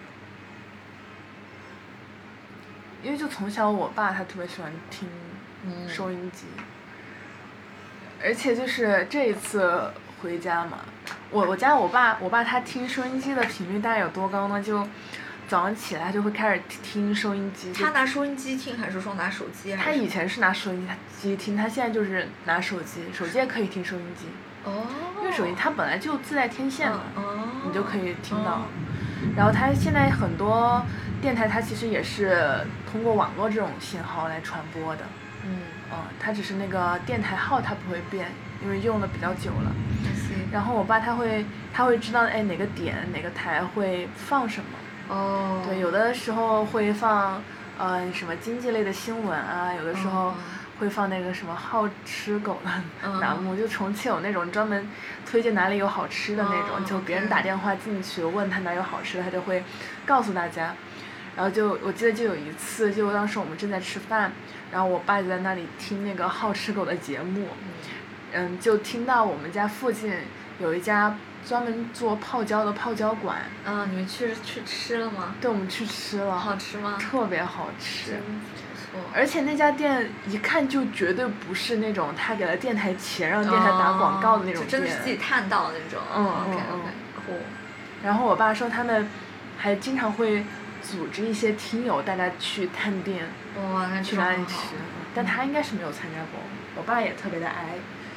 因为就从小我爸他特别喜欢听收音机，而且就是这一次回家嘛，我家我爸他听收音机的频率大概有多高呢？就早上起来就会开始听收音机。 他拿收音机听还是说拿手机？ 他以前是拿收音机听，他现在就是拿手机，手机也可以听收音机。因为手机它本来就自带天线嘛，你就可以听到。然后他现在很多电台它其实也是通过网络这种信号来传播的。它只是那个电台号它不会变，因为用的比较久了。然后我爸他会知道哪个点哪个台会放什么。对，有的时候会放什么经济类的新闻啊，有的时候会放那个什么好吃狗的栏目，就重庆有那种专门推荐哪里有好吃的那种，就别人打电话进去问他哪有好吃的，他就会告诉大家。然后我记得就有一次，就当时我们正在吃饭，然后我爸就在那里听那个好吃狗的节目，就听到我们家附近有一家专门做泡椒的泡椒馆。 你们去吃了吗？ 对，我们去吃了。 好吃吗？ 特别好吃。 真不错。 而且那家店一看就绝对不是那种他给了电台钱让电台打广告的那种店， 就真的是自己探到的那种。OK， cool。 然后我爸说他们还经常会组织一些听友大家去探店， 哇，那去哪里吃，但他应该是没有参加过。我爸也特别的爱。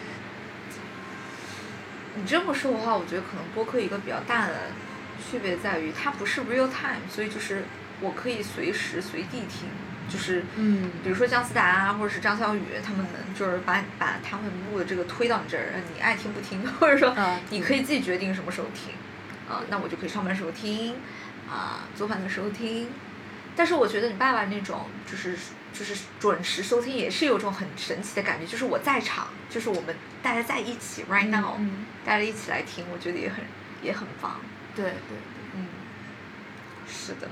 你这么说的话，我觉得可能播客一个比较大的区别在于它不是 real time， 所以就是我可以随时随地听，就是比如说姜思达啊，或者是张小雨，他们就是把他们录的这个推到你这儿，你爱听不听，或者说你可以自己决定什么时候听，那我就可以上班的时候听，做饭的时候听。但是我觉得你爸爸那种就是准时收听也是有种很神奇的感觉，就是我在场，就是我们大家在一起 right now，大家一起来听，我觉得也很棒。 对， 是的。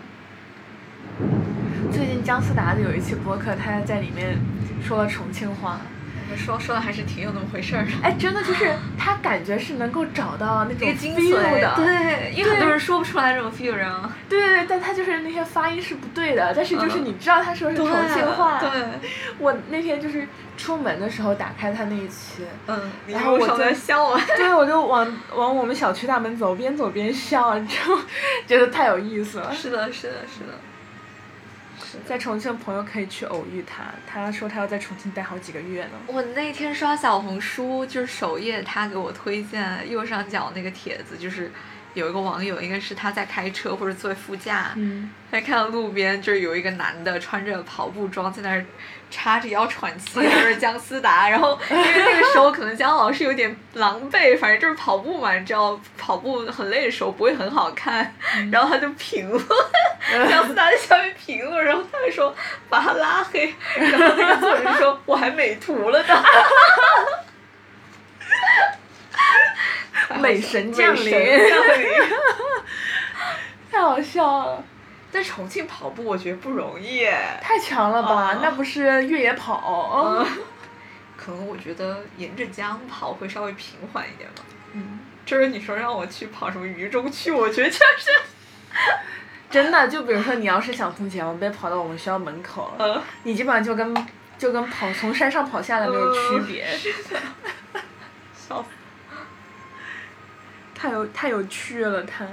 最近姜思达的有一期播客，他在里面说了重庆话。 说的还是挺有那么回事儿的。 哎，真的就是他感觉是能够找到那种 feel 的，对，因为很多人说不出来这种 feel 啊。 对，但他就是那些发音是不对的，但是就是你知道他说是重庆话。 对。 我那天就是出门的时候打开他那一期， 然后我在笑啊。 对，我就往我们小区大门走，边走边笑，就觉得太有意思了。 是的。 在重庆的朋友可以去偶遇他，他说他要在重庆待好几个月呢。 我那天刷小红书，就是首页他给我推荐右上角那个帖子，就是有一个网友，应该是他在开车或者坐在副驾，他看到路边就是有一个男的穿着跑步装在那儿叉着腰喘气，就是姜思达。然后因为那个时候可能姜老师有点狼狈，反正就是跑步嘛，你知道跑步很累的时候不会很好看，然后他就评论姜思达在下面评论，然后他就说把他拉黑，然后那个作者说我还美图了的。 美神降临，太好笑了。 在重庆跑步我觉得不容易， 太强了吧，那不是越野跑。 可能我觉得沿着江跑会稍微平缓一点吧。就是你说让我去跑什么渝中区，我觉得就是真的，就比如说你要是想从解放碑跑到我们学校门口，你基本上就跟跑从山上跑下来没有区别。 是的。笑死。 太有趣了他。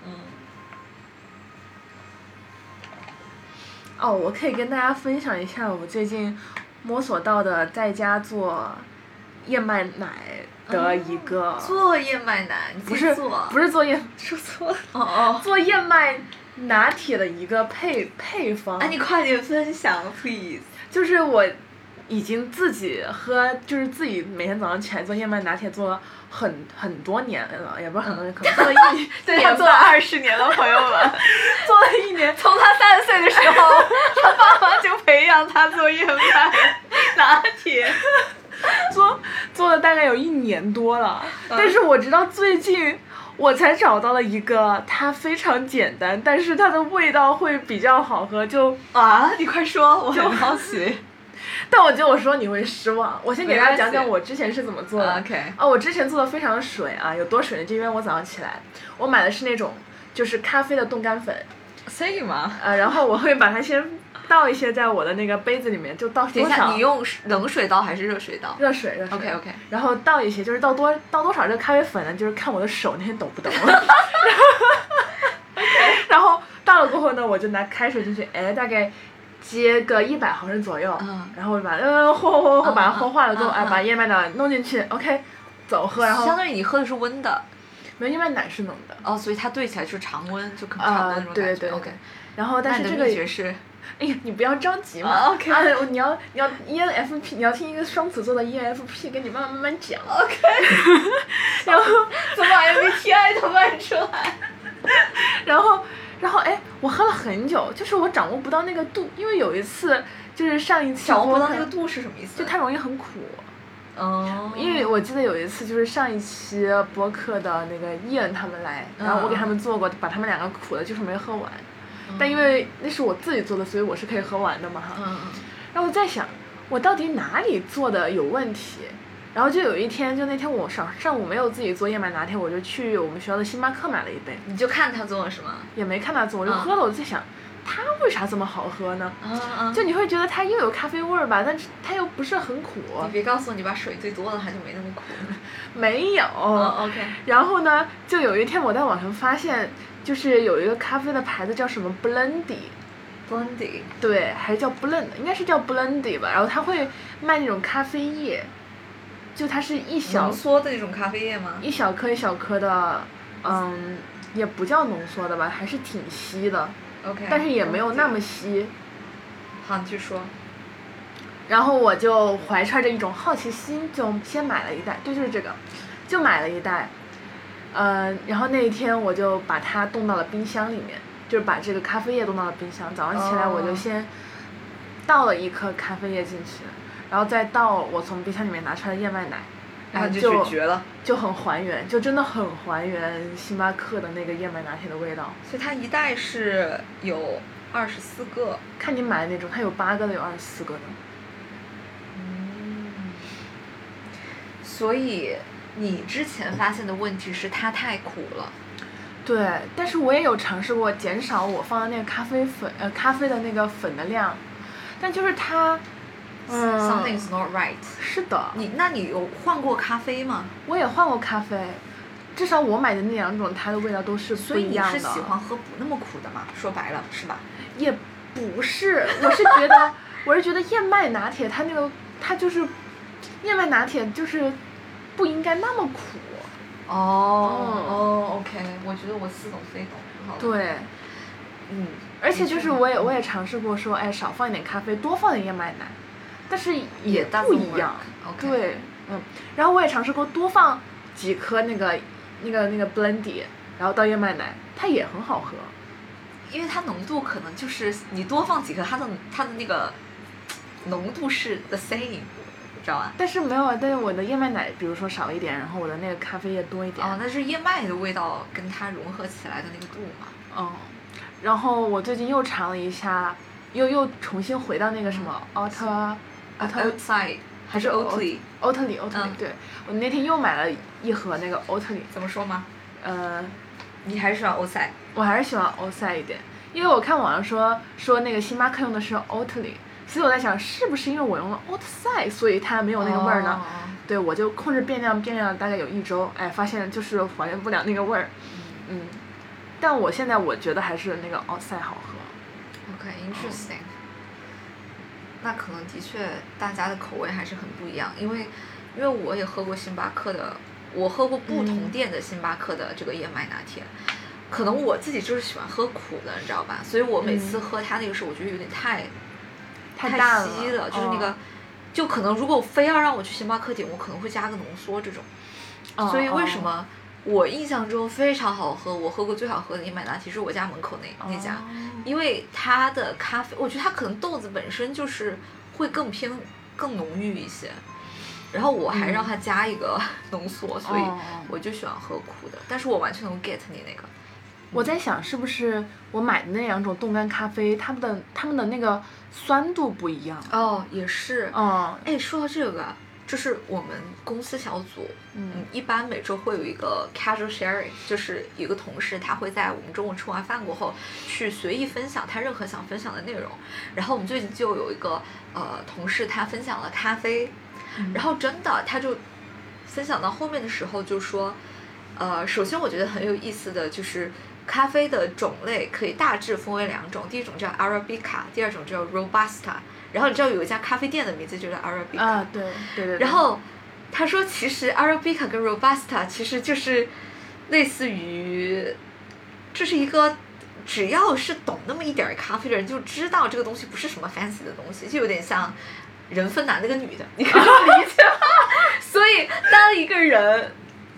我可以跟大家分享一下我最近摸索到的在家做燕麦奶的一个。 做燕麦奶？ 不是做说错了。做燕麦拿铁的一个配方。 你快点分享 please。 就是我已经自己喝，就是自己每天早上起来做燕麦拿铁做了很多年了，也不是很多年，可能做了1年。 对，他做了20年了，朋友们。 做了1年， 从他3岁的时候，他爸妈就培养他做燕麦拿铁。 做了大概有1年多了，但是我直到最近我才找到了一个它非常简单，但是它的味道会比较好喝。 你快说，我很好奇。 但我觉得我说你会失望，我先给大家讲讲我之前是怎么做的。 OK。 我之前做的非常水啊，有多水呢？就因为我早上起来，我买的是那种就是咖啡的冻干粉。 Say 吗？ 然后我会把它先倒一些在我的那个杯子里面，就倒多少？ 等一下，你用冷水倒还是热水倒？ 热水。 OK。 然后倒一些，就是倒多少这个咖啡粉呢？就是看我的手那天抖不抖。然后倒了过后呢，我就拿开水进去，大概接个100毫升左右，然后把和把它和化了之后，把燕麦奶弄进去 ，OK， 走喝。然后相当于你喝的是温的。 没有，燕麦奶是冷的。 所以它兑起来就是常温，就可能差不多那种感觉。 对。 OK。 然后但是这个秘诀是， 你不要着急嘛。 OK。 你要 ENFP， 你要听一个双子座的 ENFP 跟你慢慢讲。 OK。然后怎么把 MBTI 都卖出来？ 然然后我喝了很久，就是我掌握不到那个度，因为有一次就是上一期掌握不到那个度是什么意思？ 就它容易很苦。 哦。 因为我记得有一次就是上一期播客的那个伊恩他们来，然后我给他们做过，把他们2个苦的就是没喝完，但因为那是我自己做的，所以我是可以喝完的嘛哈。然后我在想，我到底哪里做的有问题？然后就有一天，就那天我上午没有自己做燕麦拿铁，我就去我们学校的星巴克买了一杯。 你就看他做是吗？ 也没看他做，我就喝了。我在想，它为啥这么好喝呢？就你会觉得它又有咖啡味儿吧，但是它又不是很苦。 你别告诉我你把水兑多了，它就没那么苦。 没有。 OK。 然后呢，就有一天我在网上发现，就是有一个咖啡的牌子叫什么 Blendy。对，还是叫 Blend， 应该是叫 Blendy 吧。然后他会卖那种咖啡液，就它是一小浓缩的那种咖啡液吗？ 一小颗一小颗的，也不叫浓缩的吧，还是挺稀的。 OK。 但是也没有那么稀。 好，你继续说。 然后我就怀揣着一种好奇心，就先买了一袋，对，就是这个，就买了一袋。然后那一天我就把它冻到了冰箱里面。就是把这个咖啡液冻到了冰箱，早上起来我就先倒了1颗咖啡液进去，然后再倒我从冰箱里面拿出来的燕麦奶， 然后就绝了， 就很还原，就真的很还原星巴克的那个燕麦拿铁的味道。 所以它一袋是有24个， 看你买的那种，它有8个的，有24个的。 所以你之前发现的问题是它太苦了。 对，但是我也有尝试过减少我放的那个咖啡的那个粉的量，但就是它 ，something's not right。 是的。 那你有换过咖啡吗？ 我也换过咖啡，至少我买的那2种它的味道都是不一样的。 所以你是喜欢喝不那么苦的吗？说白了是吧？ 也不是，我是觉得燕麦拿铁它就是燕麦拿铁就是不应该那么苦。 OK， 我觉得我似懂非懂。 对。而且就是我也尝试过说，少放一点咖啡，多放点燕麦奶，但是也不一样。对。然后我也尝试过多放几颗那个 Blendy， 然后倒燕麦奶，它也很好喝。 因为它浓度可能就是你多放几颗，它的那个浓度是 the same。知道吧？ 但是没有，但是我的燕麦奶比如说少一点，然后我的那个咖啡液多一点。 那是燕麦的味道跟它融合起来的那个度嘛。 然后我最近又尝了一下，又重新回到那个什么 Outside 还是 Oatly。 对，我那天又买了1盒那个 Oatly。 怎么说吗？你还是喜欢 Outside？ 我还是喜欢 Outside 一点，因为我看网上说那个星巴克用的是 Oatly。所以我在想，是不是因为我用了 Outside， 所以它没有那个味儿呢？对，我就控制变量大概有1周，发现就是还原不了那个味儿。但我现在我觉得还是那个 Outside 好喝。 OK，interesting。那可能的确大家的口味还是很不一样，因为我也喝过星巴克的，我喝过不同店的星巴克的这个燕麦拿铁。可能我自己就是喜欢喝苦的，你知道吧？所以我每次喝它那个时候，我觉得有点太稀了，就是那个，就可能如果非要让我去星巴克点，我可能会加个浓缩这种。所以为什么我印象中非常好喝，我喝过最好喝的燕麦拿铁是我家门口那家，因为它的咖啡，我觉得它可能豆子本身就是会更浓郁一些，然后我还让它加一个浓缩，所以我就喜欢喝苦的，但是我完全能 get 你那个。 我在想是不是我买的那2种冻干咖啡，它们的那个酸度不一样。 也是。说到这个，就是我们公司小组，一般每周会有一个 casual sharing， 就是一个同事他会在我们中午吃完饭过后去随意分享他任何想分享的内容。然后我们最近就有一个同事他分享了咖啡，然后真的他就分享到后面的时候就说，首先我觉得很有意思的就是咖啡的种类可以大致分为2种，第一种叫 Arabica， 第二种叫 Robusta。然后你知道有一家咖啡店的名字就叫 Arabica。 对。 然后他说其实 Arabica 跟 Robusta 其实就是类似于，这是一个只要是懂那么一点咖啡的人就知道这个东西不是什么 fancy 的东西，就有点像人分男的跟女的，你可以这么理解吗？所以当一个人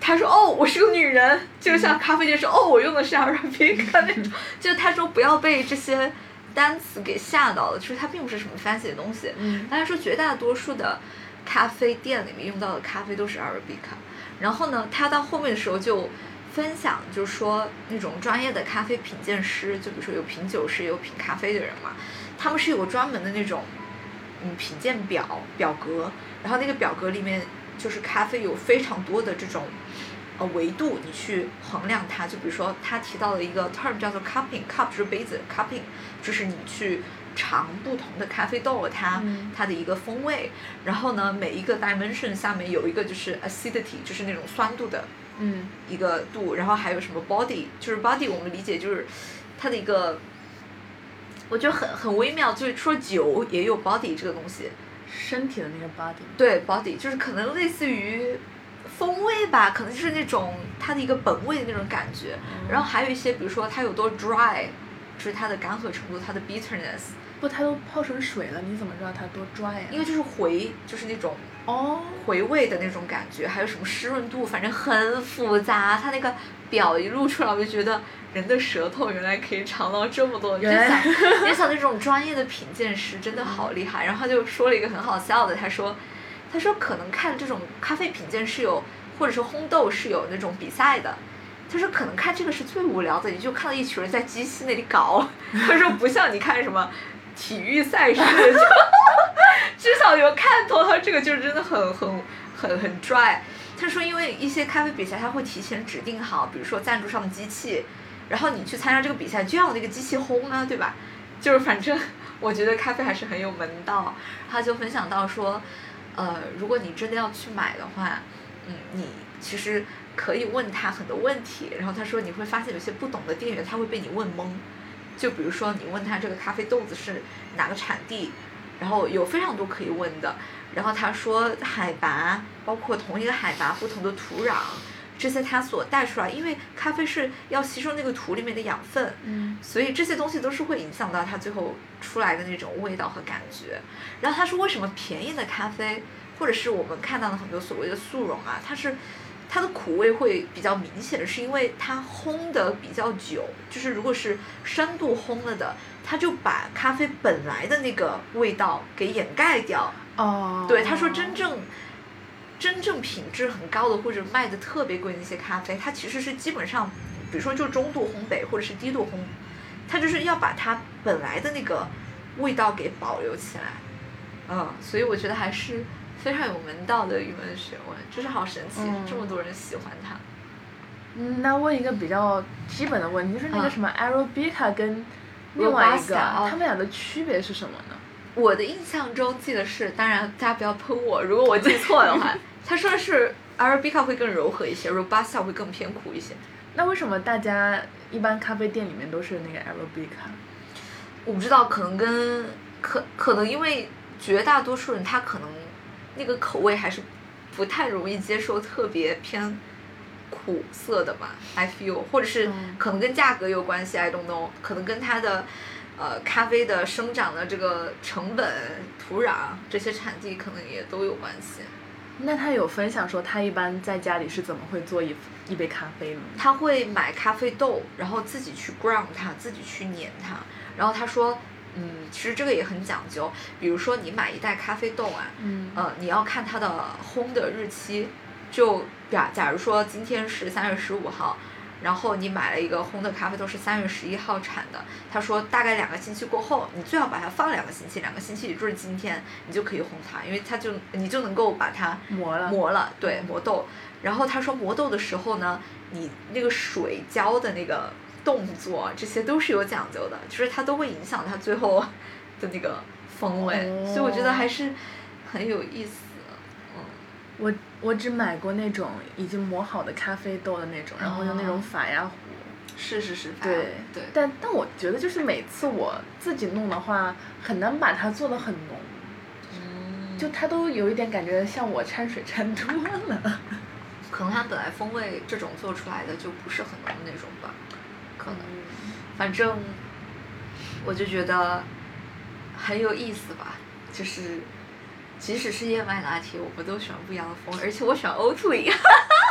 他说哦我是个女人，就像咖啡店说哦我用的是 Arabica 那种，就他说不要被这些单词给吓到了，就是它并不是什么 fancy 的东西。但他说绝大多数的咖啡店里面用到的咖啡都是 Arabica。然后呢，他到后面的时候就分享，就是说那种专业的咖啡品鉴师，就比如说有品酒师，也有品咖啡的人嘛，他们是有专门的那种品鉴表格，然后那个表格里面就是咖啡有非常多的这种维度，你去衡量它。就比如说他提到了一个 term 叫做 cupping，cup 就是杯子 ，cupping 就是你去尝不同的咖啡豆它的一个风味。然后呢，每一个 dimension 下面有一个就是 acidity， 就是那种酸度的一个度，然后还有什么 body， 就是 body 我们理解就是它的一个，我觉得很微妙，就是说酒也有 body 这个东西， 身体的那个 body。 对 body 就是可能类似于风味吧，可能就是那种它的一个本味的那种感觉。然后还有一些比如说它有多 dry， 就是它的干涸程度，它的 bitterness。 不，它都泡成水了，你怎么知道它多 dry 啊？ 因为就是就是那种回味的那种感觉，还有什么湿润度，反正很复杂。它那个表一露出来，我就觉得人的舌头原来可以尝到这么多。你想那种专业的品鉴师真的好厉害。然后他就说了一个很好笑的，他说可能看这种咖啡品鉴是有，或者说烘豆是有那种比赛的。他说可能看这个是最无聊的，你就看到一群人在机器那里搞。他说不像你看什么体育赛事，至少有看头。他这个就是真的很 dry。他说因为一些咖啡比赛他会提前指定好，比如说赞助商的机器，然后你去参加这个比赛就要那个机器烘啊，对吧？就是反正我觉得咖啡还是很有门道。他就分享到说如果你真的要去买的话，你其实可以问他很多问题。然后他说你会发现有些不懂的店员他会被你问懵。就比如说你问他这个咖啡豆子是哪个产地，然后有非常多可以问的。然后他说海拔，包括同一个海拔不同的土壤，这些它所带出来，因为咖啡是要吸收那个土里面的养分，所以这些东西都是会影响到它最后出来的那种味道和感觉。然后他说为什么便宜的咖啡，或者是我们看到的很多所谓的速溶啊，它的苦味会比较明显，是因为它烘的比较久，就是如果是深度烘了的，它就把咖啡本来的那个味道给掩盖掉。对，他说真正品质很高的或者卖的特别贵的那些咖啡，它其实是基本上比如说就中度烘焙或者是低度烘，它就是要把它本来的那个味道给保留起来。所以我觉得还是非常有门道的一门学问，就是好神奇，这么多人喜欢它。 那问一个比较基本的问题，就是那个什么 Arabica 跟另外一个他们俩的区别是什么呢？ 我的印象中记得是，当然大家不要喷我，如果我记错的话，他说是 Arabica 会更柔和一些 ，Robusta 会更偏苦一些。 那为什么大家一般咖啡店里面都是那个 Arabica？ 我不知道，可能可能因为绝大多数人他可能那个口味还是不太容易接受特别偏苦涩的吧 ，I feel， 或者是可能跟价格有关系 ，I don't know， 可能跟它的咖啡的生长的这个成本、土壤这些产地可能也都有关系。 那他有分享说他一般在家里是怎么会做一杯咖啡呢？ 他会买咖啡豆，然后自己去 ground 它，自己去碾它。然后他说其实这个也很讲究，比如说你买一袋咖啡豆啊，你要看它的烘的日期，就假如说今天是3月15号，然后你买了一个烘的咖啡豆是3月11号产的，他说大概2个星期过后，你最好把它放2个星期，2个星期也就是今天，你就可以烘它，因为你就能够把它磨了，对，磨豆。然后他说磨豆的时候呢，你那个水浇的那个动作，这些都是有讲究的，就是它都会影响它最后的那个风味，所以我觉得还是很有意思。 我只买过那种已经磨好的咖啡豆的那种，然后用那种法压壶。 是， 对。但我觉得就是每次我自己弄的话，很难把它做得很浓。就它都有一点感觉像我掺水掺多了。 可能它本来风味这种做出来的就不是很浓的那种吧，可能。反正我就觉得很有意思吧，就是即使是燕麦拿铁，我们都喜欢不一样的风味，而且我喜欢 Oatly。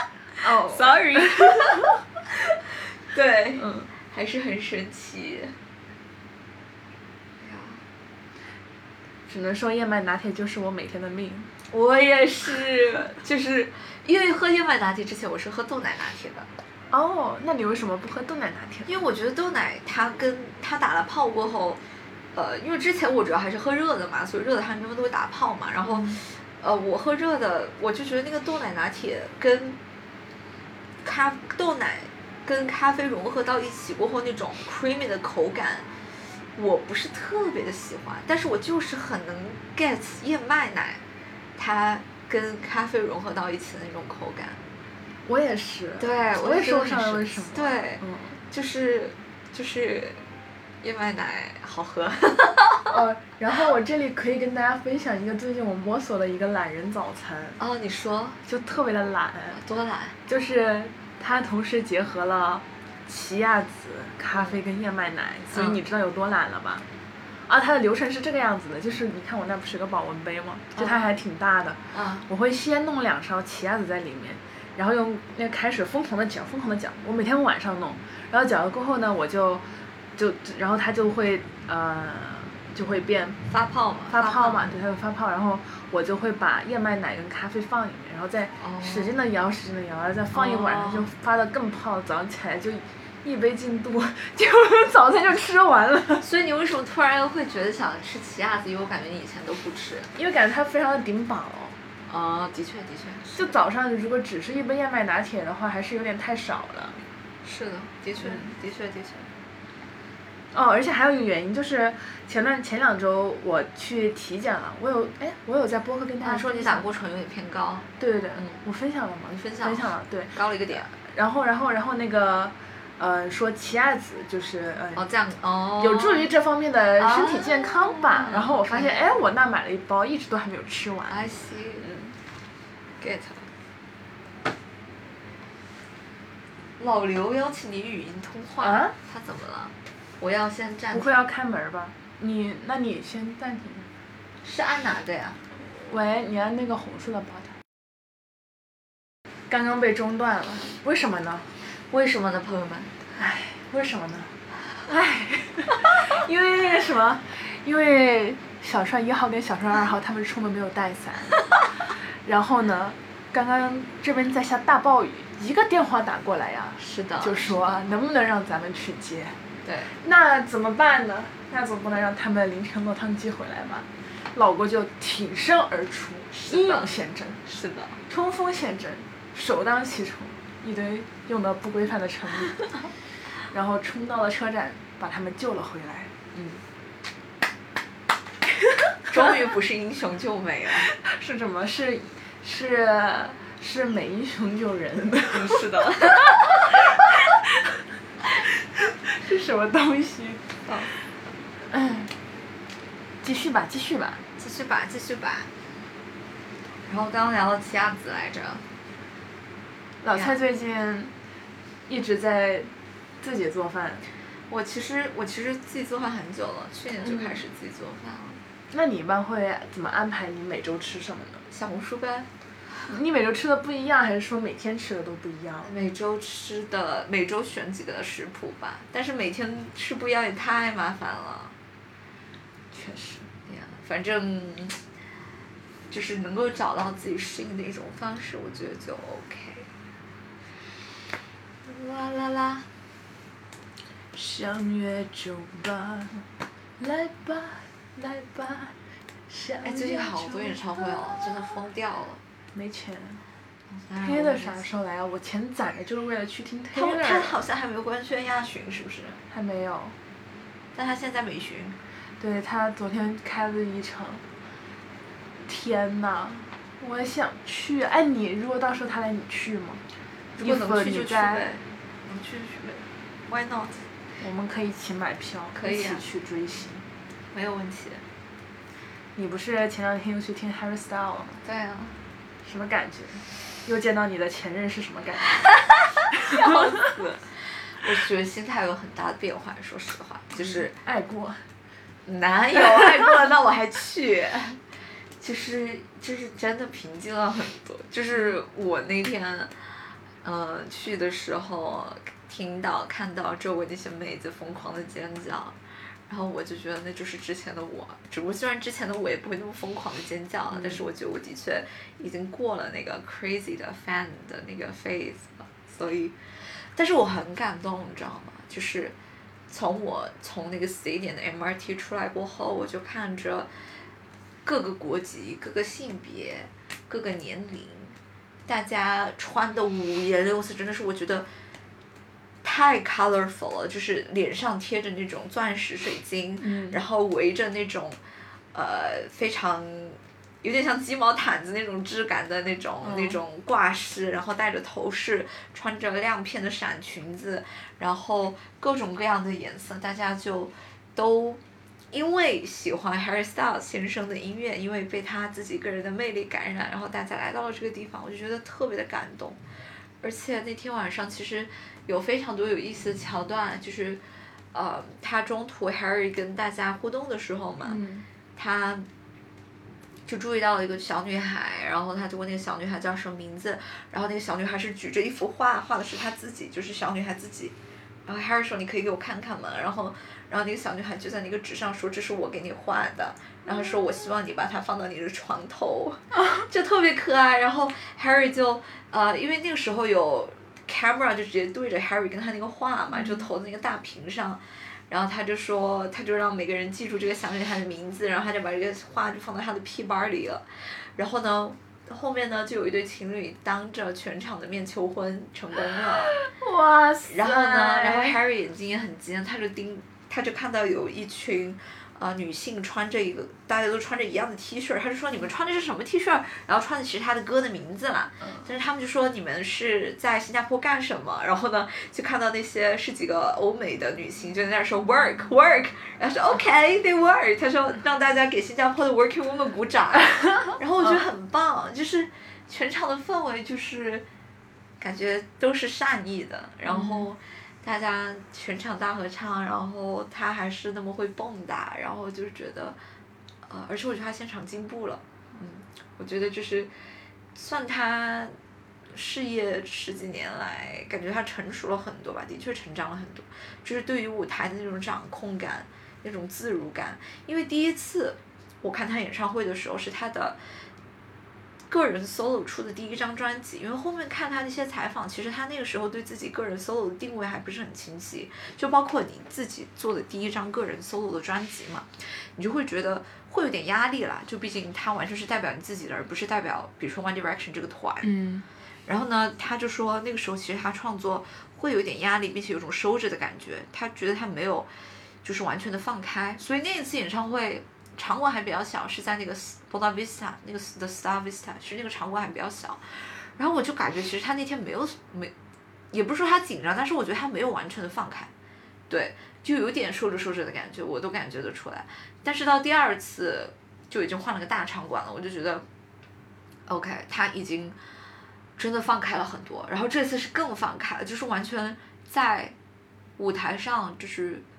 哦 ，sorry。对，还是很神奇。 只能说燕麦拿铁就是我每天的命。 我也是，就是因为喝燕麦拿铁之前我是喝豆奶拿铁的。 哦，那你为什么不喝豆奶拿铁？ 因为我觉得豆奶它打了泡过后，因为之前我主要还是喝热的嘛，所以热的它里面都会打泡嘛，然后，我喝热的，我就觉得那个豆奶拿铁跟豆奶跟咖啡融合到一起过后那种 creamy 的口感，我不是特别的喜欢，但是我就是很能 get 燕麦奶，它跟咖啡融合到一起的那种口感。 我也是。 对， 我也说不上来为什么。 对，就是燕麦奶好喝。 然后我这里可以跟大家分享一个最近我摸索的一个懒人早餐。 哦，你说。 就特别的懒。 多懒？ 就是它同时结合了奇亚籽、咖啡跟燕麦奶，所以你知道有多懒了吧？它的流程是这个样子的，就是你看我那不是个保温杯吗？就它还挺大的。我会先弄2勺奇亚籽在里面，然后用那个开水疯狂的搅。我每天晚上弄，然后搅了过后呢，然后它就会变发泡嘛。 发泡嘛，对，它会发泡，然后我就会把燕麦奶跟咖啡放里面，然后再使劲的摇，然后再放一晚上，就发的更泡，早上起来就一杯进肚，就早餐就吃完了。 所以你为什么突然又会觉得想吃奇亚籽？因为我感觉你以前都不吃。 因为感觉它非常的顶饱。 的确。 就早上如果只是一杯燕麦拿铁的话，还是有点太少了。 是的，的确。 而且还有一个原因就是前2周我去体检了，我有在播客跟大家说你胆固醇有点偏高。 对，我分享了吗？ 你分享了，对。 高了一个点。 然后那个说奇亚籽就是这样有助于这方面的身体健康吧。然后我发现我那买了一包，一直都还没有吃完。 I see。get。老刘邀请你语音通话。他怎么了？我要先暂停。 不会要开门吧？那你先暂停。 是按哪个呀？ 喂，你按那个红色的 button。刚刚被中断了，为什么呢？ 为什么呢，朋友们？ 为什么呢？因为那个什么，因为小帅1号跟小帅2号他们出门没有带伞，然后呢，刚刚这边在下大暴雨，一个电话打过来呀。 是的。就说能不能让咱们去接？ 对。 那怎么办呢？那总不能让他们淋成落汤鸡回来吧？老郭就挺身而出，英勇显真。 是的。 冲锋陷阵，首当其冲，一堆用的不规范的成语，然后冲到了车站，把他们救了回来。 终于不是英雄救美了。 是什么？是美英雄救人。 是的。 是什么东西？继续吧。 然后刚刚聊到奇亚籽来着。 老蔡最近一直在自己做饭。 我其实自己做饭很久了，去年就开始自己做饭了。 那你一般会怎么安排你每周吃什么呢？ 小红书呗。 你每周吃的不一样，还是说每天吃的都不一样？ 每周选几个食谱吧，但是每天吃不一样也太麻烦了。 确实。 反正就是能够找到自己适应的一种方式，我觉得就 OK。啦啦啦。 相约酒吧，来吧。 最近好多演唱会哦，真的疯掉了。 没钱。Taylor 啥时候来啊？我钱攒着就是为了去听 Taylor。 他好像还没有官宣亚巡，是不是？ 还没有。 但他现在没巡。 对，他昨天开了一场。天呐，我想去。你如果到时候他来，你去吗？ 如果能去就去呗。能去就去呗。Why not？ 我们可以一起买票， 可以一起去追星。 没有问题。 你不是前2天又去听 Harry Styles 了吗？ 对啊。 什么感觉？又见到你的前任是什么感觉？ 笑死！我觉得心态有很大的变化，说实话，就是爱过。 哪有爱过？那我还去。就是真的平静了很多。就是我那天去的时候听到看到周围那些妹子疯狂的尖叫，然后我就觉得那就是之前的我，只不过虽然之前的我也不会那么疯狂的尖叫了，但是我觉得我的确已经过了那个 crazy 的 fan 的那个 phase 了，所以，但是我很感动，你知道吗？就是从那个stadium的 MRT 出来过后，我就看着各个国籍、各个性别、各个年龄，大家穿的五颜六色，真的是我觉得太 colorful 了，就是脸上贴着那种钻石水晶，然后围着那种非常有点像鸡毛毯子那种质感的那种挂饰，然后戴着头饰，穿着亮片的闪裙子，然后各种各样的颜色，大家就都因为喜欢 Harry Styles 先生的音乐，因为被他自己个人的魅力感染，然后大家来到了这个地方，我就觉得特别的感动。而且那天晚上其实有非常多有意思的桥段，就是他中途 Harry 跟大家互动的时候嘛，他就注意到了一个小女孩，然后他就问那个小女孩叫什么名字，然后那个小女孩是举着一幅画，画的是她自己，就是小女孩自己。然后 Harry 说你可以给我看看吗？然后那个小女孩就在那个纸上说这是我给你画的，然后说我希望你把它放到你的床头，就特别可爱。然后 Harry 就因为那个时候有 camera 就直接对着 Harry 跟他那个画嘛，就投在那个大屏上。然后他就让每个人记住这个小女孩的名字，然后他就把这个画就放到他的屁包里了。然后呢，后面呢就有一对情侣当着全场的面求婚成功了。 哇塞！ 然后 Harry 眼睛也很尖，他就看到有一群女性穿着大家都穿着一样的 T 恤，他就说你们穿的是什么 T 恤？然后穿的其实他的歌的名字啦。但是他们就说你们是在新加坡干什么？然后呢，就看到那些是几个欧美的女性就在那说 work work， 然后说 OK they work， 他说让大家给新加坡的 working woman 鼓掌。然后我觉得很棒，就是全场的氛围就是感觉都是善意的，然后大家全场大合唱，然后他还是那么会蹦跶，然后就觉得而且我觉得他现场进步了。我觉得就是算他事业10几年来，感觉他成熟了很多吧，的确成长了很多，就是对于舞台的那种掌控感，那种自如感。因为第一次我看他演唱会的时候是他的个人 solo 出的第一张专辑，因为后面看他那些采访，其实他那个时候对自己个人 solo 的定位还不是很清晰，就包括你自己做的第一张个人 solo 的专辑嘛，你就会觉得会有点压力啦，就毕竟他完全是代表你自己的，而不是代表比如说 One Direction 这个团。然后呢，他就说那个时候其实他创作会有点压力，并且有种收着的感觉，他觉得他没有就是完全的放开，所以那一次演唱会场馆还比较小，是在那个 Bola Vista 那个 The Star Vista， 其实那个场馆还比较小。然后我就感觉其实他那天也不是说他紧张，但是我觉得他没有完全的放开，对，就有点收着的感觉，我都感觉得出来。但是到第二次就已经换了个大场馆了，我就觉得 OK， 他已经真的放开了很多。然后这次是更放开了，就是完全在舞台上就是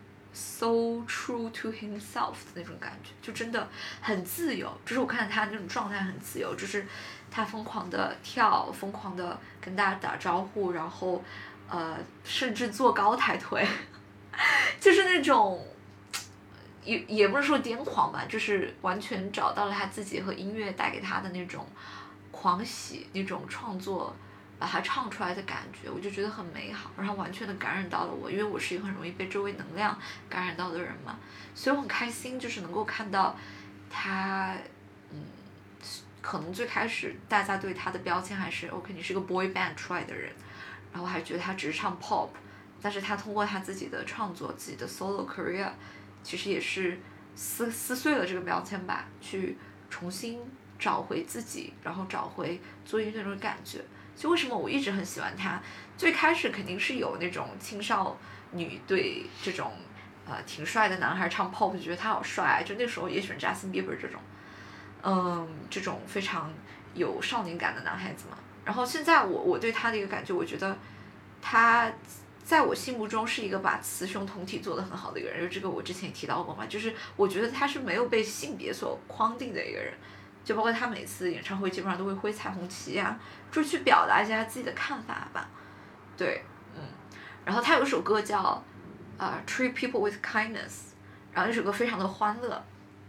so true to himself 的那种感觉，就真的很自由。就是我看他那种状态很自由，就是他疯狂的跳，疯狂的跟大家打招呼，然后甚至做高抬腿，就是那种也不是说癫狂吧，就是完全找到了他自己和音乐带给他的那种狂喜，那种创作把它唱出来的感觉，我就觉得很美好，然后完全的感染到了我，因为我是一个很容易被周围能量感染到的人嘛，所以我很开心，就是能够看到他，可能最开始大家对他的标签还是 OK， 你是个 boy band 出来的人，然后还觉得他只是唱 pop， 但是他通过他自己的创作，自己的 solo career， 其实也是撕碎了这个标签吧，去重新找回自己，然后找回做音乐那种感觉。就为什么我一直很喜欢他，最开始肯定是有那种青少女对这种挺帅的男孩唱 pop 就觉得他好帅，就那时候也喜欢 Justin Bieber 这种非常有少年感的男孩子嘛。然后现在我对他的一个感觉，我觉得他在我心目中是一个把雌雄同体做得很好的一个人，就这个我之前也提到过嘛，就是我觉得他是没有被性别所框定的一个人， 就包括他每次演唱会基本上都会挥彩虹旗呀、就是去表达一下自己的看法吧。对，然后他有一首歌叫Treat People with Kindness， 然后那首歌非常的欢乐，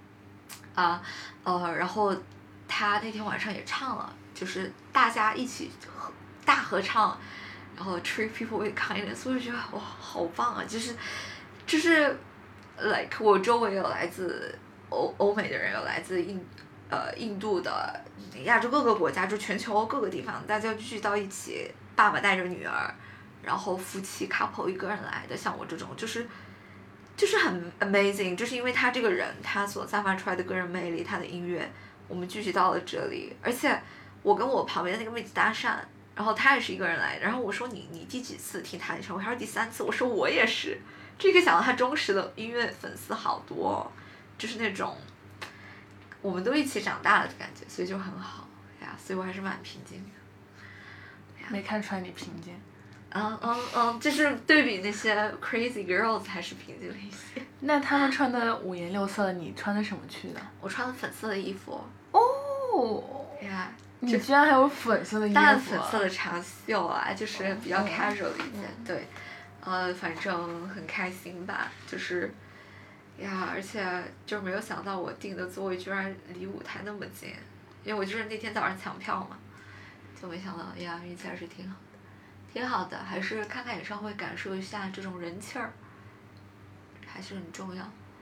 然后他那天晚上也唱了，就是大家一起大合唱，然后 Treat People with Kindness， 我就觉得哇，好棒啊！就是，like 我周围有来自欧美的人，有来自印度的，亚洲各个国家，就全球各个地方，大家聚到一起，爸爸带着女儿，然后夫妻 couple 一个人来的，像我这种就是很 amazing， 就是因为他这个人，他所散发出来的个人魅力，他的音乐，我们聚集到了这里，而且我跟我旁边的那个妹子搭讪，然后她也是一个人来，然后我说你第几次听他演唱会？她说第3次，我说我也是，这个想到他忠实的音乐粉丝好多哦，就是那种我们都一起长大了的感觉，所以就很好呀，所以我还是蛮平静的。 没看出来你平静。 就是对比那些 crazy girls 还是平静了一些。 那他们穿的五颜六色的，你穿的什么去的？ 我穿的粉色的衣服。 哦。 呀， 你居然还有粉色的衣服。 淡粉色的长袖啊，就是比较 casual 的一件，对。反正很开心吧，就是呀，而且就是没有想到我订的座位居然离舞台那么近，因为我就是那天早上抢票嘛，就没想到呀，运气还是挺好的。挺好的，还是看看演唱会，感受一下这种人气儿，还是很重要。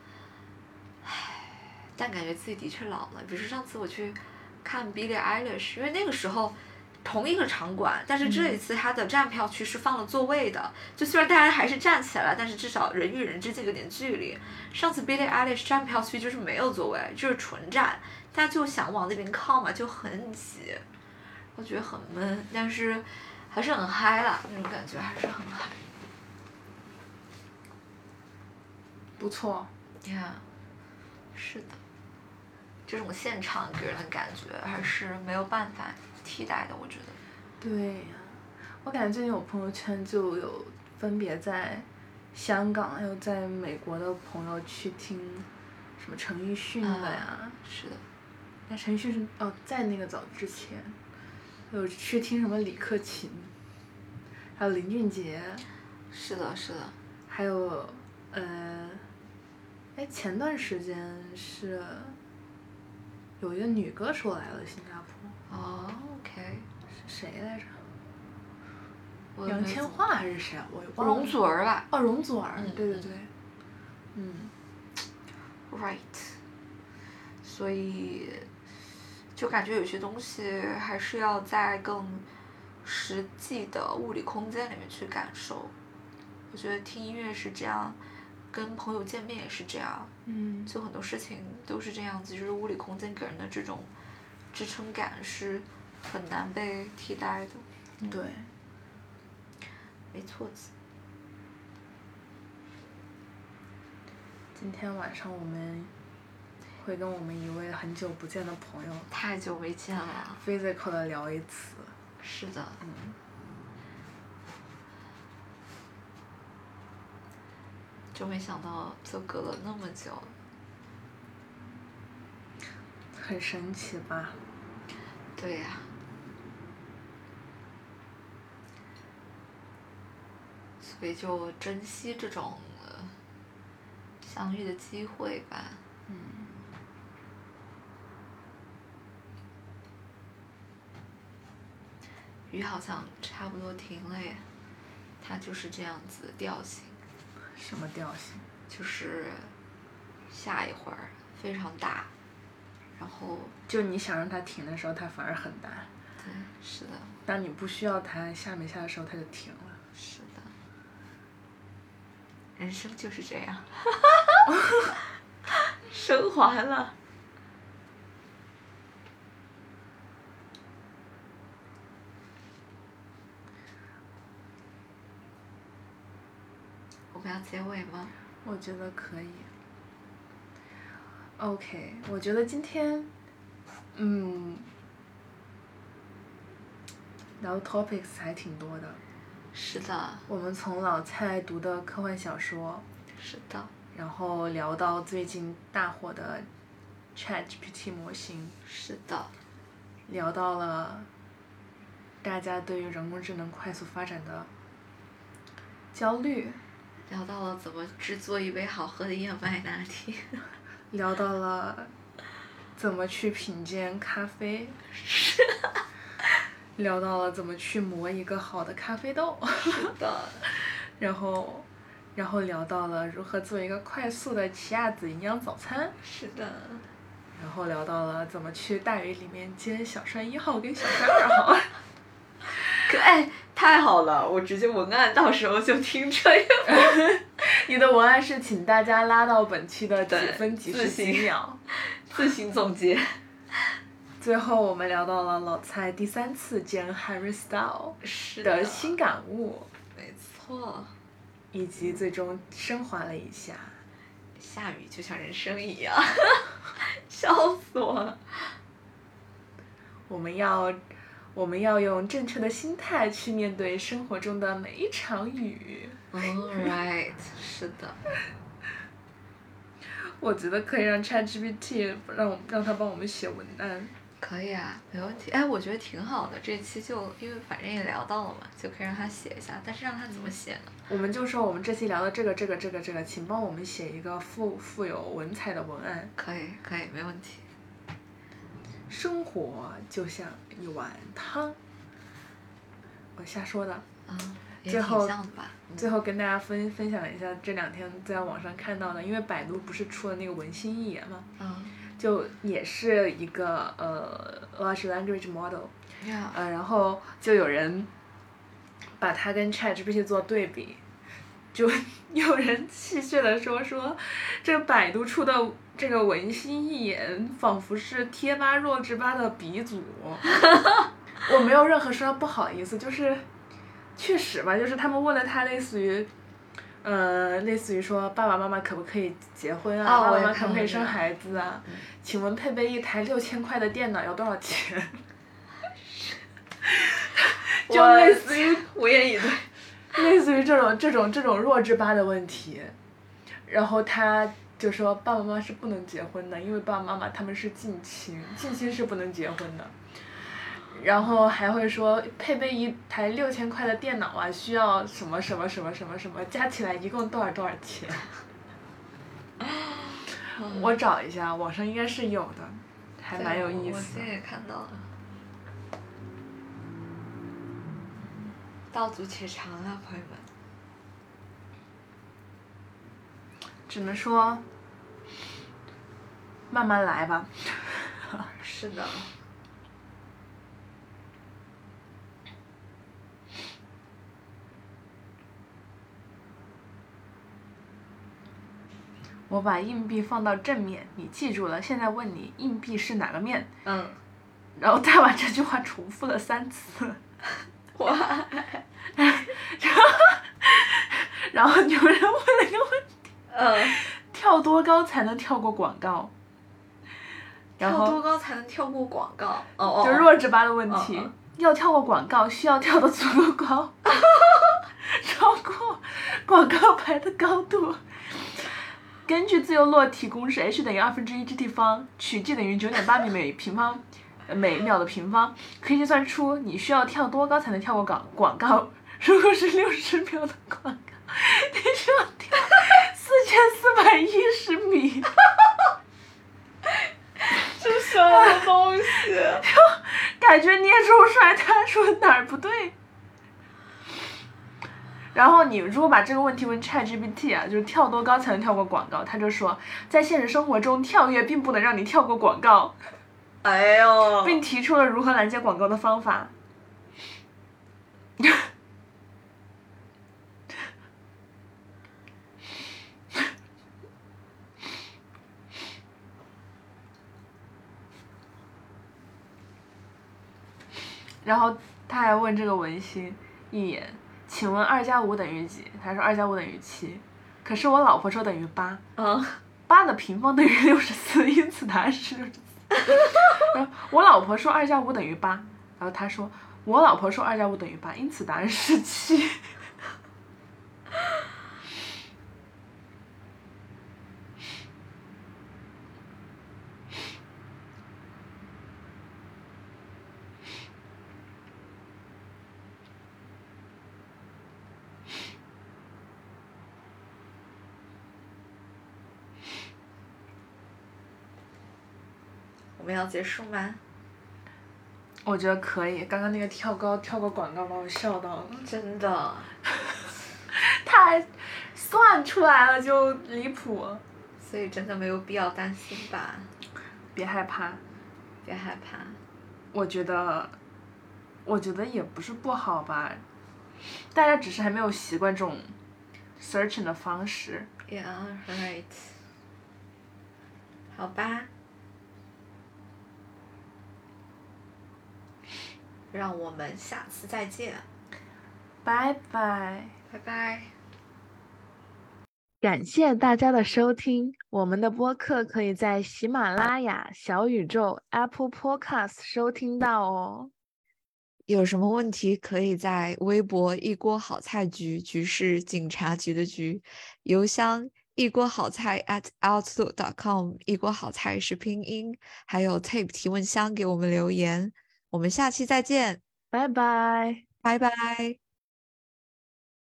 但感觉自己的确老了。比如说上次我去看 Billie Eilish， 因为那个时候同一个场馆，但是这一次它的站票区是放了座位的，就虽然大家还是站起来了，但是至少人与人之间有点距离。上次 Billie Eilish 站票区就是没有座位，就是纯站，大家就想往那边靠嘛，就很挤，我觉得很闷，但是还是很嗨啦，那种感觉还是很嗨。 不错。 呀，是的，这种现场给人的感觉还是没有办法替代的，我觉得。 对呀，我感觉最近我朋友圈就有分别在香港还有在美国的朋友去听什么陈奕迅的呀。 是的。 那陈奕迅是在那个早之前，有去听什么李克勤，还有林俊杰。 是的，是的。 还有前段时间是有一个女歌手来了新加坡。 OK。 是谁来着？杨千嬅还是谁啊？我忘了。 容祖儿吧。 容祖儿，对对对。 Right。所以，就感觉有些东西还是要在更实际的物理空间里面去感受。我觉得听音乐是这样，跟朋友见面也是这样。就很多事情都是这样子，就是物理空间给人的这种支撑感是很难被替代的。 对。 没错。 今天晚上我们会跟我们一位很久不见的朋友， 太久没见了 ，physical 的聊一次。 是的。就没想到就隔了那么久。 很神奇吧？ 对呀。所以就珍惜这种相遇的机会吧。雨好像差不多停了耶，它就是这样子调性。 什么调性？ 就是下一会儿非常大，然后就你想让它停的时候，它反而很大。 对，是的。 当你不需要它下没下的时候，它就停了。 是的。人生就是这样。升华了。我们要结尾吗？ 我觉得可以。OK， 我觉得今天，聊的 topics 还挺多的。 是的。 我们从老蔡读的科幻小说。 是的。 然后聊到最近大火的 ChatGPT 模型。 是的。 聊到了大家对于人工智能快速发展的焦虑。 聊到了怎么制作一杯好喝的燕麦拿铁。 聊到了怎么去品鉴咖啡。聊到了怎么去磨一个好的咖啡豆。 是的。 然后聊到了如何做一个快速的奇亚籽营养早餐。 是的。 然后聊到了怎么去大鱼里面煎小帅1号跟小帅2号。 太好了，我直接文案到时候就听这个。 你的文案是请大家拉到本期的几分几十几秒， 自行总结。 最后我们聊到了老蔡第3次见 Harry Styles 的新感悟。 没错。 以及最终升华了一下。 下雨就像人生一样。笑死我了。 我们要用正确的心态去面对生活中的每一场雨。 Alright， 是的。 我觉得可以让 ChatGPT 让他帮我们写文案。 可以啊，没问题。我觉得挺好的，这期就因为反正也聊到了嘛，就可以让他写一下。但是让他怎么写呢？ 我们就说我们这期聊的这个，请帮我们写一个富有文采的文案。 可以，没问题。 生活就像一碗汤。我瞎说的。最后跟大家分享一下这2天在网上看到的，因为百度不是出了那个文心一言嘛。就也是一个large language model。然后就有人把它跟 ChatGPT 做对比，就有人戏谑的说这百度出的这个文心一言仿佛是贴吧弱智吧的鼻祖。我没有任何说不好意思，就是确实吧，就是他们问了他类似于说爸爸妈妈可不可以结婚啊，爸爸妈妈可不可以生孩子啊，请问配备一台6000块的电脑要多少钱？就类似于无言以对。 类似于这种弱智吧的问题，然后他就说爸爸妈妈是不能结婚的，因为爸爸妈妈他们是近亲是不能结婚的。然后还会说配备一台6000块的电脑啊，需要什么，加起来一共多少钱？我找一下，网上应该是有的，还蛮有意思。 我现在也看到了。道阻且长啊，朋友们。 只能说慢慢来吧。 是的。 我把硬币放到正面，你记住了。现在问你，硬币是哪个面？然后他把这句话重复了3次。然后有人问了一个问题。跳多高才能跳过广告？ 跳多高才能跳过广告？ 就弱智吧的问题。要跳过广告，需要跳得足够高，超过广告牌的高度。根据自由落体公式 h 等于1/2g_t 方，取 g 等于9.8米每秒的平方，可以计算出你需要跳多高才能跳过广告。如果是60秒的广告，你需要跳4410米。 这什么东西？ 感觉捏出来他说哪儿不对。然后你如果把这个问题问 ChatGPT 啊，就是跳多高才能跳过广告，他就说在现实生活中跳跃并不能让你跳过广告。并提出了如何拦截广告的方法。然后他还问这个文心一言，请问2+5等于几？他说2+5等于7，可是我老婆说等于8。8的平方等于64，因此答案是64。然后我老婆说2+5等于8，然后他说我老婆说2+5等于8，因此答案是7。 们要结束吗？ 我觉得可以，刚刚那个跳高广告把我笑到了。 真的。 他还算出来了就离谱。 所以真的没有必要担心吧。 别害怕。 别害怕。 我觉得也不是不好吧，大家只是还没有习惯这种 searching 的方式。 Yeah, right. 好吧。让我们下次再见。 拜拜。 拜拜。 感谢大家的收听，我们的播客可以在喜马拉雅、小宇宙、Apple Podcast 收听到哦。 有什么问题可以在微博一锅好菜局，局是警察局的局，邮箱一锅好菜@outlook.com，一锅好菜是拼音，还有 Tape 提问箱给我们留言。我们下期再见。 拜拜。 拜拜。